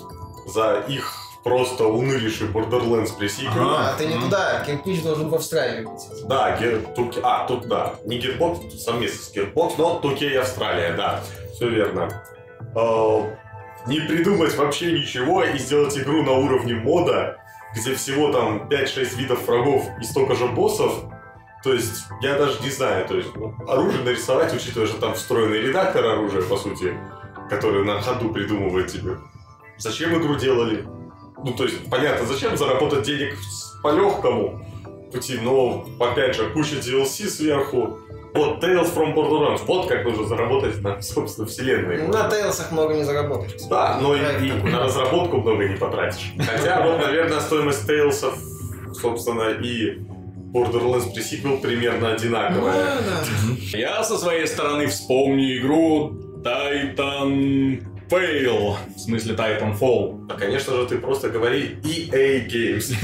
за их просто унылейший Borderlands пресиквел. Ага, а ты не туда, кирпич должен в Австралии быть. Да, Гер... Туки... а, тут да, не Gearbox, совместно с Gearbox, но Туки и Австралия, да, все верно. Э-э- не придумать вообще ничего и сделать игру на уровне мода, где всего там пять-шесть видов врагов и столько же боссов. То есть, я даже не знаю, то есть, ну, оружие нарисовать, учитывая, что там встроенный редактор оружия, по сути, который на ходу придумывает тебе. Зачем игру делали? Ну, то есть, понятно, зачем заработать денег по-легкому пути, но, опять же, куча ди эл си сверху. Вот, Tales from Borderlands, вот как нужно заработать на, собственно, вселенной. Ну, на Тейлсах много не заработаешь. Да, но и, и на разработку много не потратишь. Хотя, вот, наверное, стоимость Тейлсов, собственно, и Borderlands пресиквел примерно одинаковая. Да, да. Я со своей стороны вспомню игру Titan Fail, в смысле Titanfall. А, конечно же, ты просто говори и эй Games.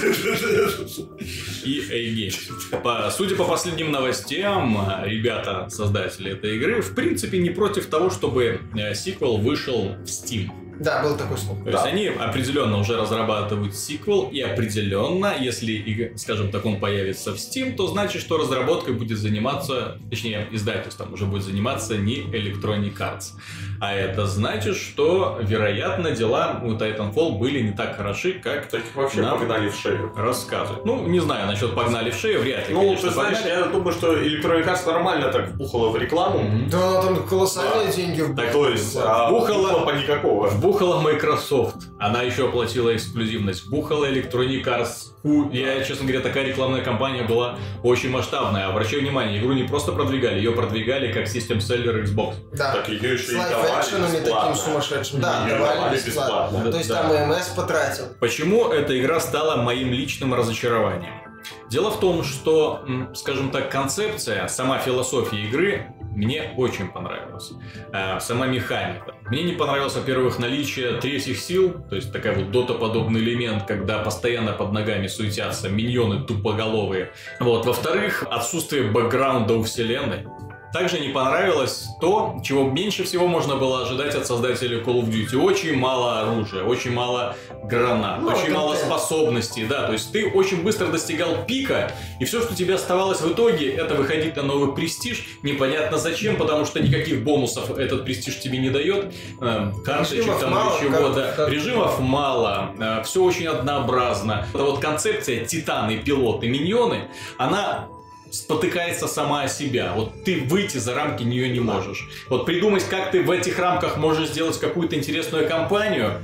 и эй Games. По, судя по последним новостям, ребята, создатели этой игры, в принципе, не против того, чтобы сиквел вышел в Steam. Да, был такой слух. То да. есть они определенно уже разрабатывают сиквел, и определенно, если, скажем так, он появится в Steam, то значит, что разработкой будет заниматься, точнее, издательством уже будет заниматься не Electronic Arts. А это значит, что, вероятно, дела у Titanfall были не так хороши, как Так вообще нам погнали в шею. рассказывают. Ну, не знаю, насчет погнали в шею, вряд ли, Ну, конечно, ты знаешь, погнали. я думаю, что Electronic Arts нормально так вбухала в рекламу. Мгм. Да, там колоссальные деньги. в- Так, То есть, а Вбухала- вбухала по никакого. Вбухала Microsoft, она еще оплатила эксклюзивность. Вбухала Electronic Arts. Фу, я, честно говоря, такая рекламная кампания была очень масштабная. Обращаю внимание, игру не просто продвигали, ее продвигали как систем-селлер Xbox. Да. Так ее еще С и давали лайф-экшенами таким бесплатно. сумасшедшим. Да, Её давали давали бесплатно. бесплатно. То есть Да. там и эм эс потратил. Почему эта игра стала моим личным разочарованием? Дело в том, что, м, скажем так, концепция, сама философия игры мне очень понравилась. Э, Сама механика. Мне не понравилось, во-первых, наличие третьих сил, то есть такая вот дота-подобный элемент, когда постоянно под ногами суетятся миньоны тупоголовые. Вот. Во-вторых, отсутствие бэкграунда у вселенной. Также не понравилось то, чего меньше всего можно было ожидать от создателей Call of Duty. Очень мало оружия, очень мало гранат, Ну, очень контент. мало способностей. Да, то есть ты очень быстро достигал пика, и все, что тебе оставалось в итоге, это выходить на новый престиж. Непонятно зачем, потому что никаких бонусов этот престиж тебе не дает. Эм, Карточек Режимов там мало, или чего, как- да. как- Режимов мало, все очень однообразно. Это вот концепция титаны, пилоты, миньоны, она спотыкается сама о себя. Вот ты выйти за рамки нее не можешь. Вот придумать, как ты в этих рамках можешь сделать какую-то интересную кампанию.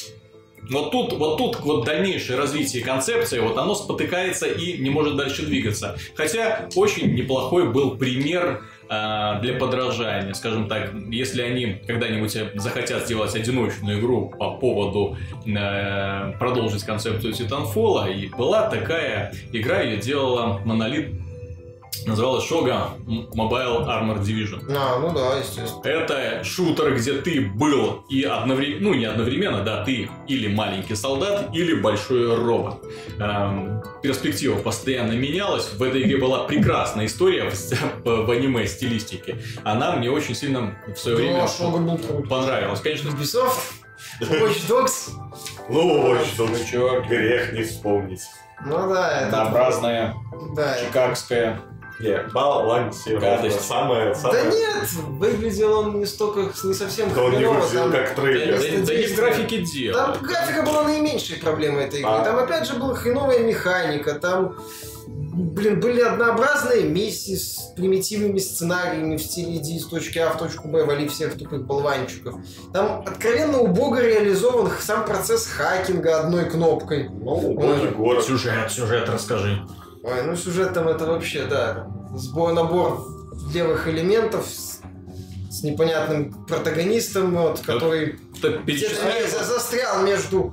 Вот тут, вот тут вот дальнейшее развитие концепции, вот оно спотыкается и не может дальше двигаться. Хотя очень неплохой был пример э, для подражания. Скажем так, если они когда-нибудь захотят сделать одиночную игру по поводу э, продолжить концепцию Titanfall, и была такая игра, ее делала Monolith, называлась Shogun Mobile Armor Division. А, ну да, естественно. Это шутер, где ты был и одновременно, ну не одновременно, да, ты или маленький солдат, или большой робот. Эм, перспектива постоянно менялась. В этой игре была прекрасная история в, в аниме-стилистике. Она мне очень сильно в свое время Ну, Шога был крут. понравилась. Конечно, Ubisoft, Watch Dogs. Ну, очень Ну, чё? грех не вспомнить. Ну да, это... однообразная, Да, чикагская. Не, балансировка. Гадость. Самое, Да самое... нет, выглядел он не столько, не совсем Да он не хреново, выглядел там- как Да, трейлер. да- да и в действие. графике дело. Там графика была наименьшей проблемой этой игры. А. Там опять же была хреновая механика, там, блин, были однообразные миссии с примитивными сценариями в стиле иди из точки А в точку Б, вали всех тупых болванчиков. Там откровенно убого реализован сам процесс хакинга одной кнопкой. Ну, убогий город. Сюжет, сюжет расскажи. Ой, ну сюжет там это вообще, да, сбор, набор левых элементов с, с непонятным протагонистом, вот, который Ты где-то перечисляешь? за- застрял между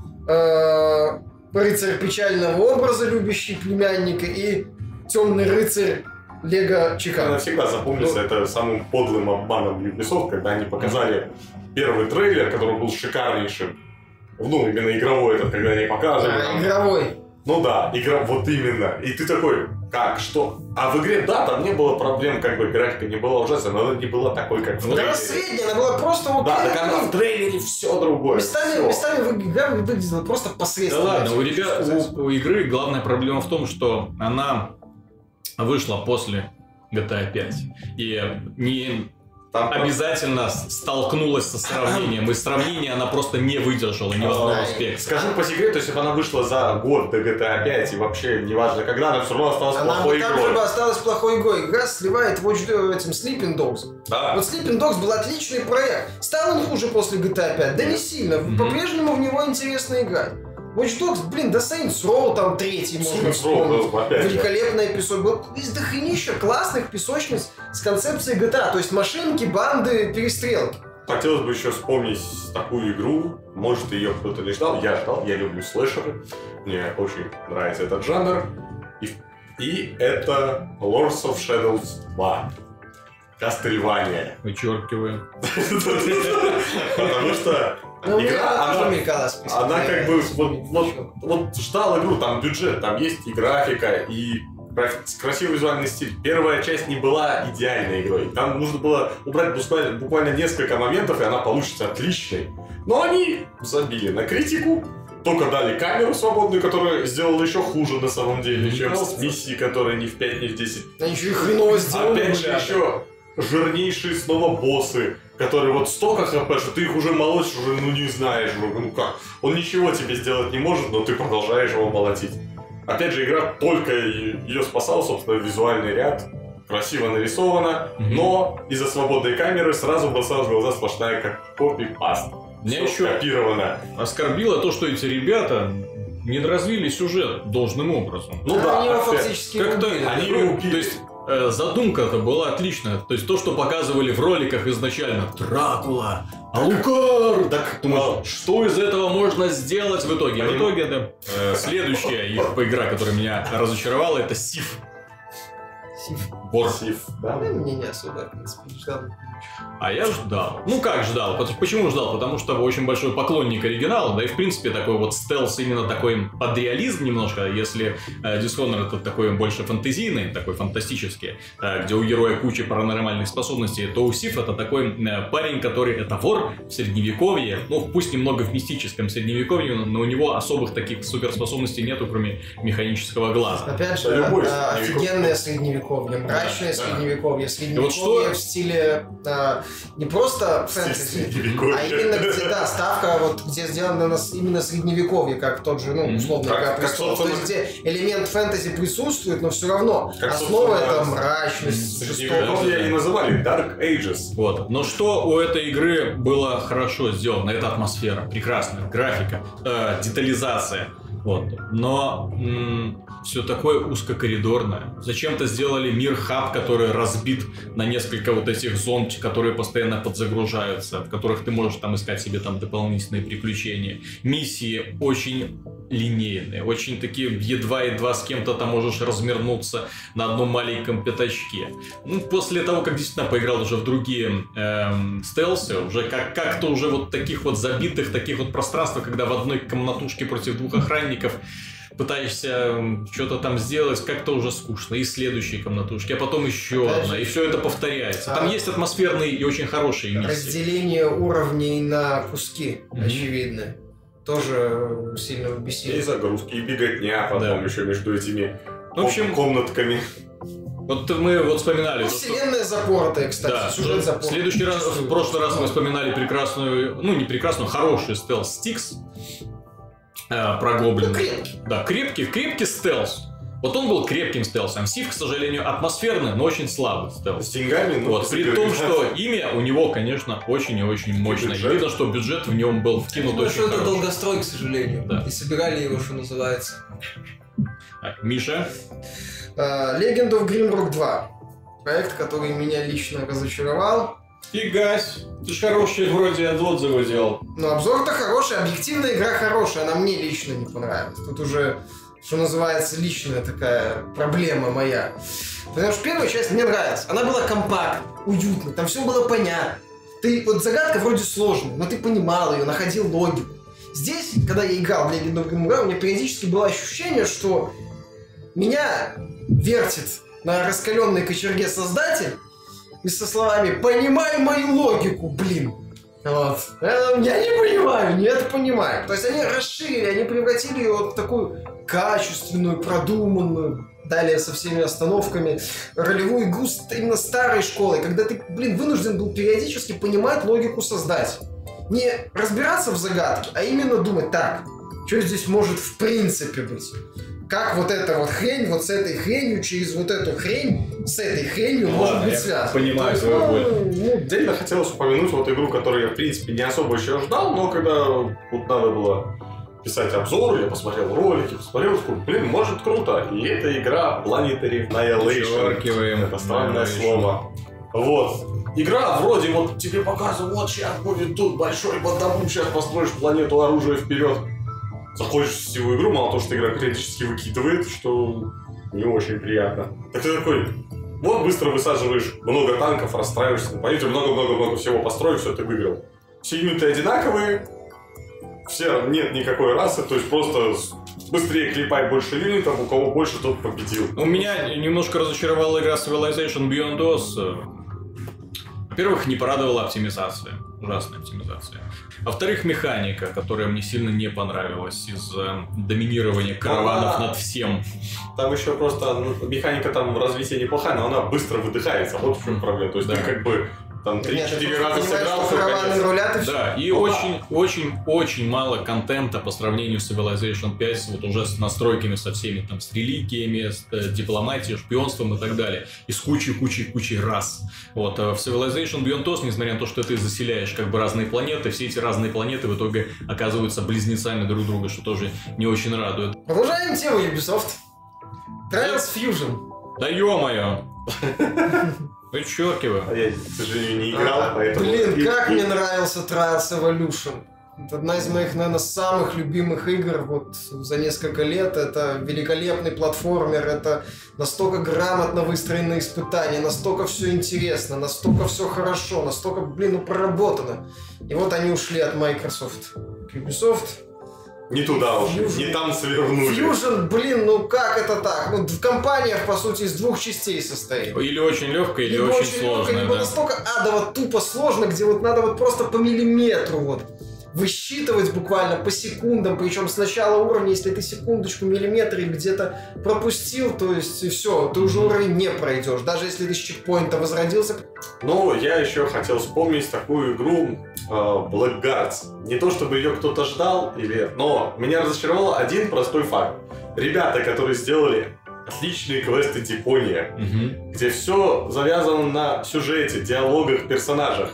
э, рыцарь печального образа, любящий племянника, и темный рыцарь Лего Мне Чикаго. навсегда запомнится это самым подлым обманом Ubisoft, когда они показали первый трейлер, который был шикарнейшим. Ну, именно игровой этот, когда они показывали. А, там. игровой. Ну да, игра, вот именно. И ты такой, как, что? А в игре, да, там не было проблем, как бы графика не была ужасной, но она не была такой, как в Да, она трейлере. средняя, она была просто окей. Да, так она в трейлере все другое. Местами, всё. местами вы- игра выглядела просто Да посредственно. ладно, у, я ребят, хочу сказать. у, у игры главная проблема в том, что она вышла после джи ти эй пять. И не Там обязательно с- столкнулась со сравнением. И сравнение она просто не выдержала ни в одном Да, аспекте. Скажу по секрету, если бы она вышла за год до джи ти эй пять, и вообще неважно когда, она все равно осталась Она плохой бы там же игрой. бы осталась плохой игрой. Игра сливает Watch Dogs этим Sleeping Dogs. Да. Вот Sleeping Dogs был отличный проект. Стал он хуже после джи ти эй пять? Да не сильно. Мгм. По-прежнему в него интересно играть. Watch Dogs, блин, да Saints Row там третий можно Saints Row, вспомнить. да, опять же. Великолепная песочница. Был из дохренища классных песочниц с концепцией джи ти эй. То есть машинки, банды, перестрелки. Хотелось бы еще вспомнить такую игру. Может, ее кто-то не ждал. Я ждал. Я люблю слэшеры. Мне очень нравится этот жанр. И, и это Lords of Shadows два. Castlevania. Вычеркиваем. Потому что Ну, игра, она, она, она как бы вот, вот, вот ждал игру, там бюджет, там есть и графика, и красивый визуальный стиль. Первая часть не была идеальной игрой. Там нужно было убрать буквально, буквально несколько моментов, и она получится отличной. Но они забили на критику, только дали камеру свободную, которая сделала еще хуже на самом деле, чем миссии, которые не в пять, не в десять. Они еще и хреново сделали. Опять же, еще жирнейшие снова боссы, которые вот столько хп, что ты их уже молотишь, уже ну не знаешь, ну как. Он ничего тебе сделать не может, но ты продолжаешь его молотить. Опять же, игра только ее спасала, собственно, визуальный ряд. Красиво нарисовано, mm-hmm. но из-за свободной камеры сразу бросалась в глаза сплошная как копи-паст. Меня Все еще копировано. Оскорбило то, что эти ребята не развили сюжет должным образом. Ну да, они его фактически как-то убили. они убили. То есть э, задумка-то была отличная. То есть то, что показывали в роликах изначально. Дракула, Алукар. Так, думаю, что из этого можно сделать в итоге? В итоге, да. Э, следующая их игра, которая меня разочаровала, это Сиф. Сиф. Бор. Сиф, да? Да, мне не особо, в принципе, ждал. А я ждал. Ну как ждал? Почему ждал? Потому что очень большой поклонник оригинала, да и в принципе такой вот стелс именно такой под реализм немножко, если э, Dishonored это такой больше фэнтезийный, такой фантастический, э, где у героя куча паранормальных способностей, то у Сиф это такой э, парень, который это вор в средневековье, ну пусть немного в мистическом средневековье, но у него особых таких суперспособностей нету, кроме механического глаза. Опять же, Любой э, офигенное средневековье, мрачное да, средневековье, средневековье вот что... в стиле э, не просто фэнтези, а именно где, да, ставка, вот, где сделано на именно средневековье, как тот же, ну, условно, как, Игра как, престолов, то есть где элемент фэнтези присутствует, но все равно как, основа это мрачность, Средневековье и называли Dark Ages. Вот. Но что у этой игры было хорошо сделано? Это атмосфера, прекрасная графика, э, детализация. Вот. Но м- все такое узкокоридорное. Зачем-то сделали мир-хаб, который разбит на несколько вот этих зон, которые постоянно подзагружаются, в которых ты можешь там искать себе там дополнительные приключения. Миссии очень линейные, очень такие едва-едва с кем-то там можешь размернуться на одном маленьком пятачке. Ну, после того, как действительно поиграл уже в другие эм, стелсы, уже как- как-то уже вот таких вот забитых, таких вот пространствах, когда в одной комнатушке против двух охранников пытаешься что-то там сделать, как-то уже скучно. И следующие комнатушки, а потом еще Опять одна. же, и все это повторяется. а... Там есть атмосферные и очень хорошие миссии. Разделение уровней на куски, Mm-hmm. очевидно. Тоже сильно И бесило. загрузки, и беготня потом Да. еще между этими В общем, комнатками. Вот мы вот вспоминали. Ну, то, что... вселенная запоротая, кстати, Да, сюжет в запоротый. следующий раз, в прошлый раз мы вспоминали прекрасную, ну не прекрасную, хороший стелс Стикс э, про гоблина. Ну, крепкий. Да, крепкий, крепкий стелс. Вот он был крепким стелсом. Сив, к сожалению, атмосферный, но очень слабый стелс. С деньгами, ну, Вот, при том, что имя у него, конечно, очень и очень мощное. Бюджет. Видно, что бюджет в нем был вкинут Ну, очень что это хороший. долгострой, к сожалению. Да. И собирали его, что называется. А, Миша? Uh, Legend of Grimrock два. Проект, который меня лично разочаровал. Фигась, ты ж хороший вроде отзывы делал. Но обзор-то хороший, объективная игра хорошая, она мне лично не понравилась. Тут уже, что называется, личная такая проблема моя. Потому что первая часть мне нравится. Она была компактной, уютной, там все было понятно. Ты, вот загадка вроде сложная, но ты понимал ее, находил логику. Здесь, когда я играл в Legend of Grimrock, у меня периодически было ощущение, что меня вертит на раскаленной кочерге создатель и со словами «Понимай мою логику, блин!» Вот. Я не понимаю, нет, понимаю. То есть они расширили, они превратили ее вот в такую качественную, продуманную, далее со всеми остановками, ролевую игру именно старой школы, когда ты, блин, вынужден был периодически понимать логику создателя. Не разбираться в загадке, а именно думать, так, что здесь может в принципе быть? Как вот эта вот хрень, вот с этой хренью, через вот эту хрень, с этой хренью ну, может быть связано. Понимаю свою ну, боль. ну, Отдельно хотелось упомянуть вот игру, которую я, в принципе, не особо еще ждал, но когда вот надо было писать обзор, я посмотрел ролики, посмотрел, такой, блин, может круто. И эта игра Planetary Annihilation. Это странное слово. Вот. Игра вроде вот тебе показывают, вот сейчас будет тут большой бандабум, сейчас построишь планету оружия вперед. Заходишь в сетевую игру, мало того, что игра периодически выкидывает, что не очень приятно. Так ты такой, Вот быстро высаживаешь много танков, расстраиваешься, понимаете, много-много-много всего построил, все, ты выиграл. Все юниты одинаковые, все, нет никакой расы, то есть просто быстрее клепай больше юнитов, у кого больше, тот победил. У меня немножко разочаровала игра Civilization Beyond Oz. Во-первых, не порадовала оптимизация. Ужасная оптимизация. Во-вторых, механика, которая мне сильно не понравилась из-за доминирования караванов А-а-а. над всем. Там еще просто ну, механика там развития неплохая, но она быстро выдыхается. Вот в чем проблема. То есть Да. ты как бы там три-четыре раза сыграл, что караваны рулят и все. Да, и очень-очень-очень мало контента по сравнению с Civilization пять, вот уже с настройками со всеми там, с реликиями, с э, дипломатией, шпионством и так далее. И с кучей-кучей-кучей рас. Вот, а в Civilization Beyond Oz, несмотря на то, что ты заселяешь как бы разные планеты, все эти разные планеты в итоге оказываются близнецами друг друга, что тоже не очень радует. Продолжаем тему Ubisoft. Transfusion. Да ё-моё! Вычеркиваю. А я, к сожалению, не играл, А, поэтому... Блин, И- как и- мне нравился Trials Evolution. Это одна из моих, наверное, самых любимых игр вот за несколько лет. Это великолепный платформер, это настолько грамотно выстроенные испытания, настолько все интересно, настолько все хорошо, настолько, блин, ну проработано. И вот они ушли от Microsoft. Ubisoft. Не туда уж, Fusion. не там свернули. Fusion, блин, ну как это так? Ну, компания, по сути, из двух частей состоит. Или очень легкая, или Либо очень очень легко, сложная, либо да. настолько адово тупо сложно, где вот надо вот просто по миллиметру вот высчитывать буквально по секундам, причем с начала уровня, если ты секундочку, миллиметр и где-то пропустил, то есть и все, ты уже уровень не пройдешь, даже если ты с чекпоинта возродился. Ну, я еще хотел вспомнить такую игру э, Blackguards. Не то чтобы ее кто-то ждал, или... но меня разочаровал один простой факт. Ребята, которые сделали отличные квесты Типония, Мгм. где все завязано на сюжете, диалогах, персонажах,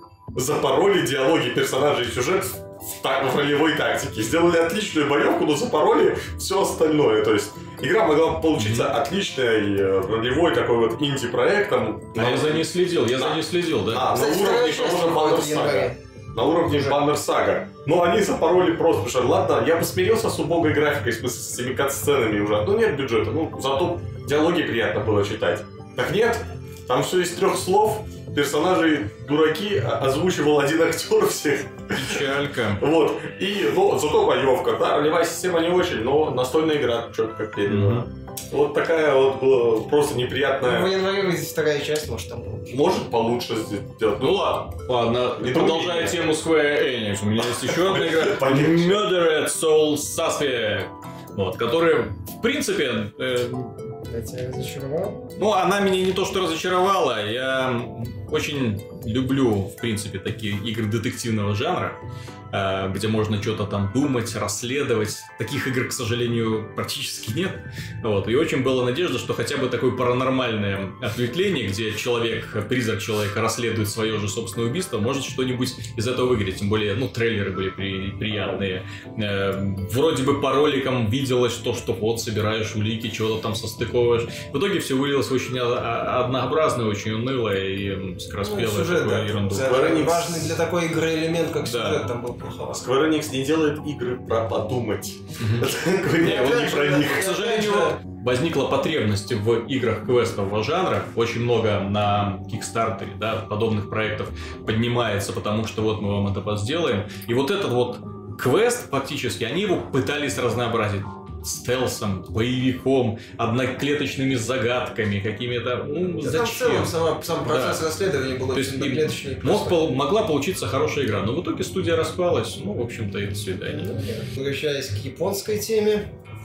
запороли диалоги персонажей и сюжет в, та- в ролевой тактике. Сделали отличную боевку, но запороли все остальное. То есть игра могла получиться Мгм. отличной э, ролевой такой вот инди-проектом. А я за ней следил, я за Да. ней следил, да. А, на Кстати, уровне вторая того часть же выходит Banner в январе. Saga. На уровне Уже. Banner Saga. Но они запороли просто, потому что, ладно, я бы смирился с убогой графикой, в смысле, с этими кат-сценами уже. Ну, нет бюджета, ну, зато диалоги приятно было читать. Так нет, там все из трех слов, персонажи дураки, а- озвучивал один актер всех. Печалька. Вот. И, ну, зато боевка, да, ролевая система не очень, но настольная игра четко как передана. Вот такая вот была просто В неприятная. январе выйдет вторая часть, может там получше. Может получше сделать. Ну ладно, ладно, Не продолжая другие. тему Square Enix, у меня есть еще одна игра Полегче. Murdered Soul Suspect, вот, которая, в принципе, э, Я тебя разочаровал. ну, она меня не то что разочаровала, я очень люблю, в принципе, такие игры детективного жанра, э, где можно что-то там думать, расследовать. Таких игр, к сожалению, практически нет. Вот. И очень была надежда, что хотя бы такое паранормальное ответвление, где человек, призрак человека расследует свое же собственное убийство, может что-нибудь из этого выиграть. Тем более, ну, трейлеры были при- приятные. Э, вроде бы по роликам виделось то, что вот, собираешь улики, чего-то там состыковываешь. В итоге все вылилось в очень о- о- однообразное, очень унылое и м, скороспелое. Ну, сюжет, такое да. ерунду. Square Enix. Важный для такой игры элемент, как Да. сюжет, там был плоховат. Square Enix не делает игры про подумать. Мгм. Это Не, вот не про них. К сожалению, возникла потребность в играх квестового жанра. Очень много на Кикстартере, да, подобных проектов поднимается, потому что вот мы вам это сделаем. И вот этот вот квест, фактически, они его пытались разнообразить стелсом, боевиком, одноклеточными загадками, какими-то... Ну, Да там в целом зачем? сама, сам процесс Да. расследования был То очень есть им одноклеточный. Мог, пол- могла получиться хорошая игра, но в итоге студия распалась. Ну, в общем-то, и до свидания. Возвращаясь к японской теме,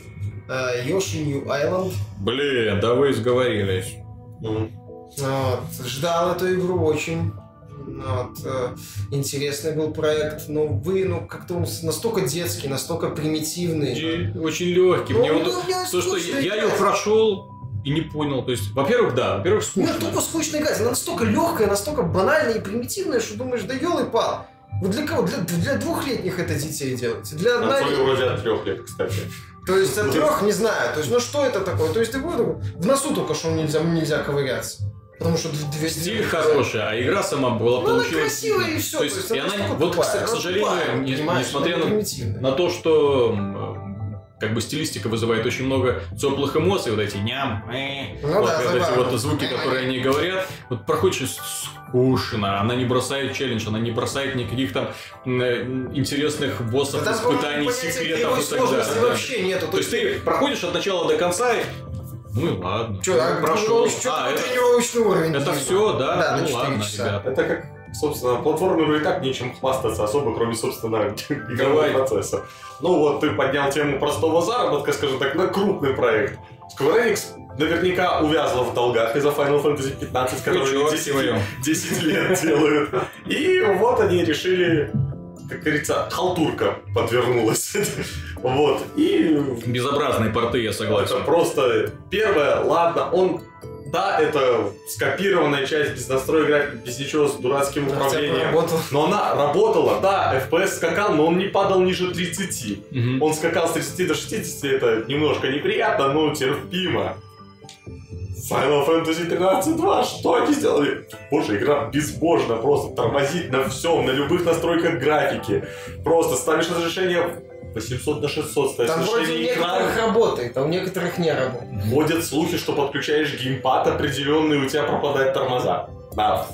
э, Yoshi New Island. Блин, да вы сговорились. Мгм. Вот, ждал эту игру очень. Вот, э, интересный был проект, но вы, ну, как-то он с- настолько детский, настолько примитивный. И очень легкий. Ну, Мне ну, вот мне то, что скучно я ее играть. прошел и не понял. То есть, во-первых, да, во-первых, Ну, скучно. тупо скучно играть. Она настолько легкая, настолько банальная и примитивная, что думаешь, да елы-пал. Вот для кого? Для, для двухлетних это детей делать. Для Консоли однолетних. вроде от трех лет, кстати. То есть от трех не знаю. То есть, ну что это такое? То есть ты выдумал. В носу только что нельзя, нельзя ковыряться. Потому что две Стиль хороший, а игра сама была Ну, она получилась. красивая и все. То есть, и она, вот, к, к сожалению, не- несмотря на, примитивная. на то, что м, как бы стилистика вызывает очень много теплых эмоций, вот эти ням, э, ну, вот, да, вот эти да. вот звуки, которые они говорят, вот проходит очень скучно, она не бросает челлендж, она не бросает никаких там э, интересных боссов, да, испытаний, секретов и так далее. Да. Вообще нету. То есть ты проходишь от начала до конца и... Ну ладно. Че, а, прошел. Что А, это это, тренировочный уровень? это все, да? Да, ну на ладно, часа. ребята. Это как, собственно, платформеру и так нечем хвастаться особо, кроме, собственно, игрового Давай. процесса. Ну вот, ты поднял тему простого заработка, скажем так, на крупный проект. Square Enix наверняка увязла в долгах из-за Final Fantasy пятнадцать, которые десять лет делают. И вот они решили, как говорится, халтурка подвернулась. Вот. И... Безобразные порты, я согласен. Это просто первое, ладно, он... Да, это скопированная часть без настроя графики, без ничего, с дурацким управлением. Но она работала, да, эф пи эс скакал, но он не падал ниже тридцати. Mm-hmm. Он скакал с тридцати до шестидесяти, это немножко неприятно, но терпимо. Final Fantasy тринадцать два, что они сделали? Боже, игра безбожно, просто тормозит на всем, на любых настройках графики. Просто ставишь разрешение восемьсот на шестьсот, ставишь там вроде у некоторых экрана. Работает, а у некоторых не работает. Ходят слухи, что подключаешь геймпад определенный, у тебя пропадают тормоза. Да,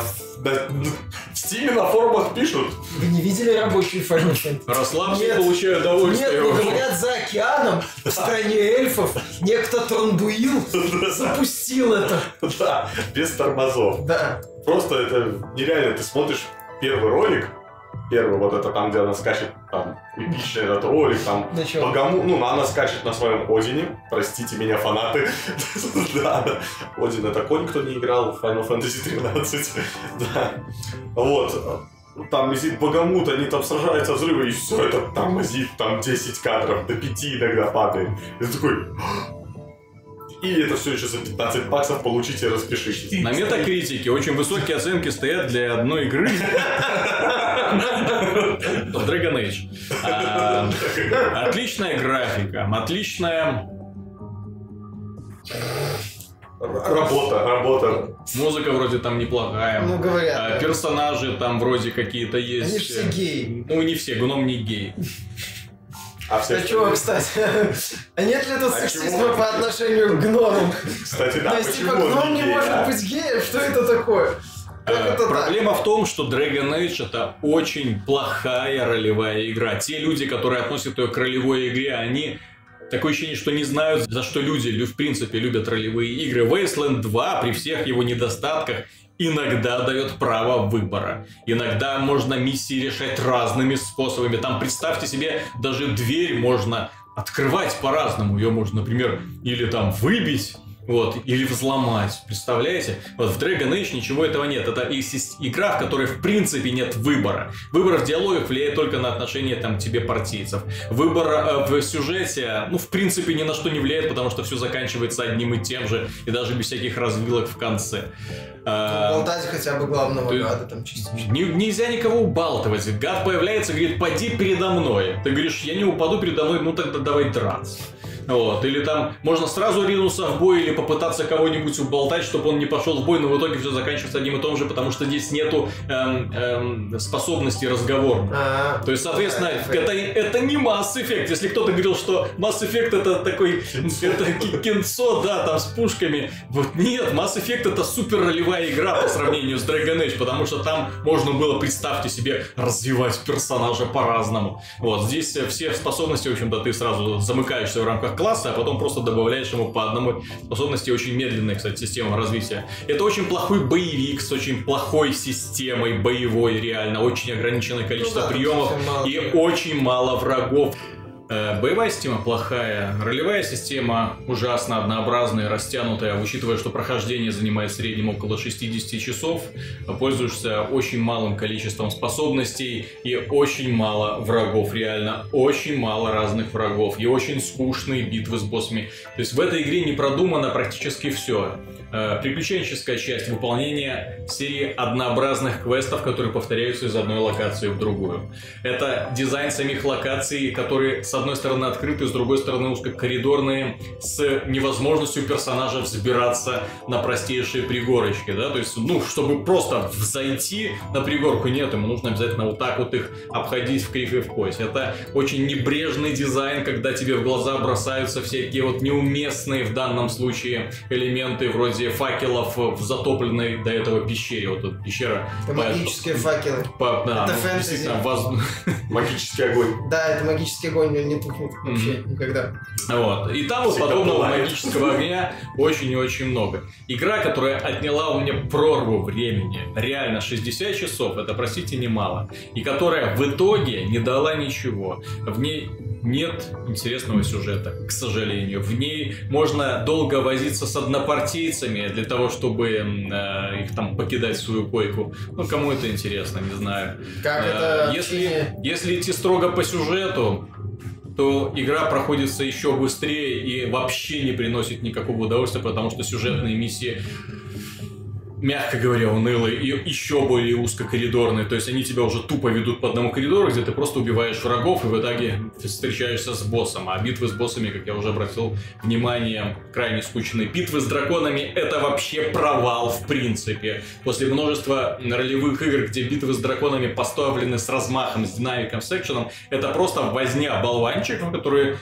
в Стиме на форумах пишут. Вы не видели рабочий Final Fantasy? Расслабься и получай удовольствие. Нет, ну говорят, за океаном, в стране эльфов, некто Трондуил запустил это. Да, без тормозов. Да. Просто это нереально. Ты смотришь первый ролик, первый вот это там, где она скачет, там, эпичный этот ролик, там, Богому, ну, она скачет на своем Одине, простите меня, фанаты, да, да, Один это конь, кто не играл в Final Fantasy тринадцать, да, вот, там висит Богомут, они там сражаются, взрывы, и все это тормозит, там десять кадров, до пяти иногда падает, и ты такой... И это все еще за пятнадцать баксов получите, распишитесь. На Метакритике очень высокие оценки стоят для одной игры. Dragon Age. А, отличная графика, отличная... Работа, работа. Музыка вроде там неплохая. Ну, говорят. А, персонажи там вроде какие-то есть. Они все геи. Ну, не все, гном не гей. А, а чего, кстати? А нет ли тут а сексизма чего? По отношению к гномам? Кстати, да, то есть, типа, гном не может а? быть геем? Что это такое? А, это проблема так? в том, что Dragon Age это очень плохая ролевая игра. Те люди, которые относят ее к ролевой игре, они... Такое ощущение, что не знают, за что люди, в принципе, любят ролевые игры. Wasteland два при всех его недостатках иногда дает право выбора. Иногда можно миссии решать разными способами. Там, представьте себе, даже дверь можно открывать по-разному. Ее можно, например, или там выбить, вот, или взломать. Представляете? Вот в Dragon Age ничего этого нет. Это игра, в которой в принципе нет выбора. Выбор в диалогах влияет только на отношение там тебе партийцев. Выбор э, в сюжете, ну, в принципе, ни на что не влияет, потому что все заканчивается одним и тем же, и даже без всяких развилок в конце. Болтать хотя бы главного ты... гада там частично. Не, нельзя никого убалтывать. Гад появляется и говорит, поди передо мной. Ты говоришь, я не упаду передо мной, ну тогда давай драться. Вот. Или там можно сразу ринуться в бой или попытаться кого-нибудь уболтать, чтобы он не пошел в бой, но в итоге все заканчивается одним и том же, потому что здесь нету эм, эм, способности разговора. А-а-а. То есть, соответственно, это, это не Mass Effect. Если кто-то говорил, что Mass Effect это такой это кинцо, да, там с пушками. Вот нет, Mass Effect это супер ролевая игра по сравнению с Dragon Age, потому что там можно было, представьте себе, развивать персонажа по-разному. Вот здесь все способности, в общем-то, ты сразу замыкаешься в рамках класса, а потом просто добавляешь ему по одной способности. Очень медленная, кстати, система развития. Это очень плохой боевик с очень плохой системой боевой, реально. Очень ограниченное количество ну, да, приемов и очень мало врагов. Боевая система плохая, ролевая система ужасно однообразная, растянутая, учитывая, что прохождение занимает в среднем около шестьдесят часов, пользуешься очень малым количеством способностей и очень мало врагов, реально, очень мало разных врагов и очень скучные битвы с боссами. То есть в этой игре не продумано практически все. Приключенческая часть, выполнение серии однообразных квестов, которые повторяются из одной локации в другую. Это дизайн самих локаций, которые, с одной стороны открытые, с другой стороны узкокоридорные, с невозможностью персонажа взбираться на простейшие пригорочки, да, то есть, ну, чтобы просто взойти на пригорку, нет, ему нужно обязательно вот так вот их обходить в кривь и в кость. Это очень небрежный дизайн, когда тебе в глаза бросаются всякие вот неуместные в данном случае элементы вроде факелов в затопленной до этого пещере. Вот эта пещера. Это магические факелы. По, да, это ну, фэнтези. Воз... Магический огонь. Да, это магический огонь, он не тухнет вообще mm-hmm. никогда. Вот. И там вот подобного бывает. Магического огня очень и очень много. Игра, которая отняла у меня прорву времени, реально шестьдесят часов, это, простите, немало. И которая в итоге не дала ничего. В ней нет интересного сюжета, к сожалению. В ней можно долго возиться с однопартийцами для того, чтобы э, их там покидать в свою койку. Ну, кому это интересно, не знаю. Как э, это если, если идти строго по сюжету, то игра проходится еще быстрее и вообще не приносит никакого удовольствия, потому что сюжетные миссии, мягко говоря, унылые и еще более узкокоридорные. То есть они тебя уже тупо ведут по одному коридору, где ты просто убиваешь врагов и в итоге встречаешься с боссом. А битвы с боссами, как я уже обратил внимание, крайне скучные. Битвы с драконами — это вообще провал в принципе. После множества ролевых игр, где битвы с драконами поставлены с размахом, с динамиком, с экшеном, это просто возня болванчиков, которые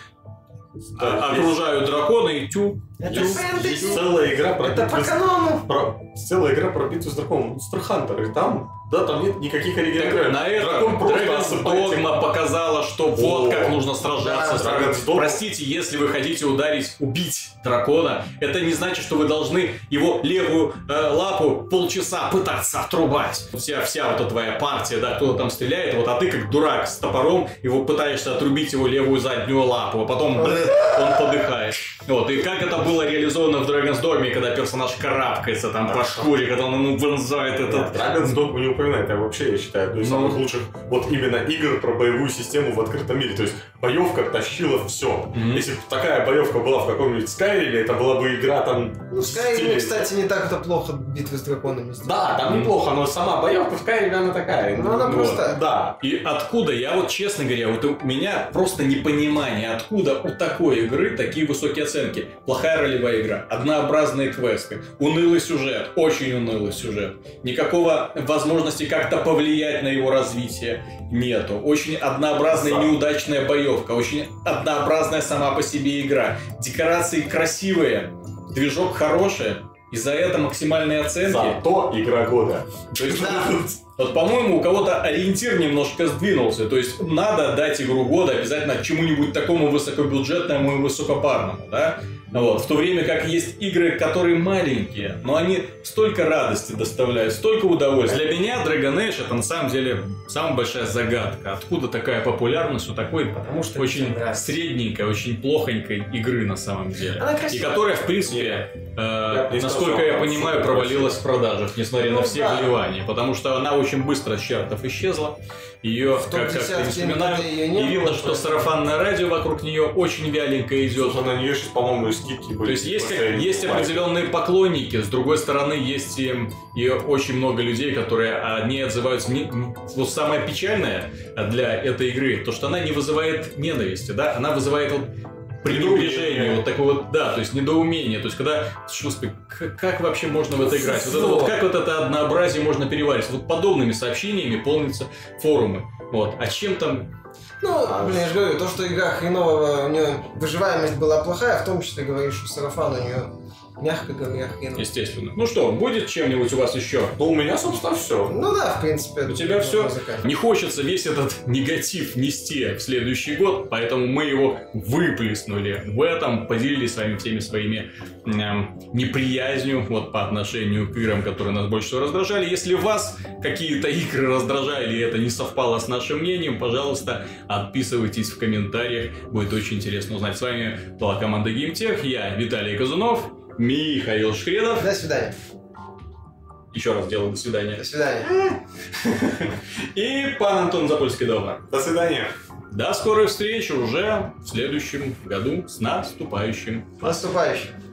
да, окружают есть... дракона и тю. Это есть, фэнтези. Есть целая игра про это по канону. Про... Целая игра про битву с драконом. Monster Hunter. И там, да, там нет никаких оригинальных. На этом Dragon's Dogma показала, что О, вот как нужно сражаться. Да, с... Простите, если вы хотите ударить, убить дракона, это не значит, что вы должны его левую э, лапу полчаса пытаться отрубать. Вся, вся вот эта твоя партия, да, кто-то там стреляет, вот, а ты как дурак с топором его пытаешься отрубить его левую заднюю лапу, а потом он подыхает. Вот, и как это было реализовано в Dragon's Dogma, когда персонаж карабкается там по шкуре, когда он ему вонзает этот... Dragon's Dogma не упоминает, я вообще, я считаю, одной из самых лучших вот именно игр про боевую систему в открытом мире. То есть боевка тащила все. Mm-hmm. Если бы такая боевка была в каком-нибудь Skyrim, это была бы игра там... Ну, в Skyrim, кстати, не так-то плохо битвы с драконами. Да, там mm-hmm. неплохо, но сама боевка в Skyrim, она такая. Ну, она вот, просто... Да. И откуда, я вот, честно говоря, вот у меня просто непонимание, откуда у такой игры такие высокие оценки. Плохая ролевая игра, однообразные квесты, унылый сюжет, очень унылый сюжет. Никакого возможности как-то повлиять на его развитие нету. Очень однообразная Сам. неудачная боевка, очень однообразная сама по себе игра. Декорации красивые, движок хороший, и за это максимальные оценки. Зато игра года. То есть, вот, по-моему, у кого-то ориентир немножко сдвинулся. То есть надо дать игру года обязательно чему-нибудь такому высокобюджетному и высокопарному, да? Вот. В то время как есть игры, которые маленькие, но они столько радости доставляют, столько удовольствия. Для меня Dragon Age — это на самом деле самая большая загадка. Откуда такая популярность у такой Потому что очень средненькой, очень плохонькой игры на самом деле. И которая, в принципе, э, насколько я понимаю, провалилась в продажах, несмотря ну, на все да. вливания. Потому что она очень быстро с чартов исчезла. Ее, как, как я вспоминаю, и видно, что сарафанное радио вокруг нее очень вяленько идет. Слушай, на нее сейчас, по-моему, скидки были. То есть есть, есть определенные поклонники, с другой стороны есть и, и очень много людей, которые о ней отзываются. Не, вот самое печальное для этой игры, то что она не вызывает ненависти, да, она вызывает вот пренебрежение, вот такое вот, да, то есть недоумение, то есть когда, господи, как, как вообще можно в это играть, вот это вот, как вот это однообразие можно переварить, вот подобными сообщениями полнятся форумы, вот, а чем там... Ну, а, блин, я же говорю, то, что игра хреновая, у нее выживаемость была плохая, в том числе, говоришь, что сарафан у нее, мягко говоря, хреновый. Естественно. Ну что, будет чем-нибудь у вас еще? Ну, у меня, собственно, все. Ну да, в принципе. У тебя все? Не хочется весь этот негатив нести в следующий год, поэтому мы его выплеснули в этом, поделились с вами всеми своими э, неприязнью вот, по отношению к играм, которые нас больше всего раздражали. Если вас какие-то игры раздражали и это не совпало с нашим мнением, пожалуйста, отписывайтесь в комментариях. Будет очень интересно узнать. С вами была команда GameTech. Я Виталий Казунов. Михаил Шкредов. До свидания. Еще раз делаю до свидания. До свидания. И пан Антон Запольский-Добр. До свидания. До скорой встречи уже в следующем году с наступающим. Наступающим.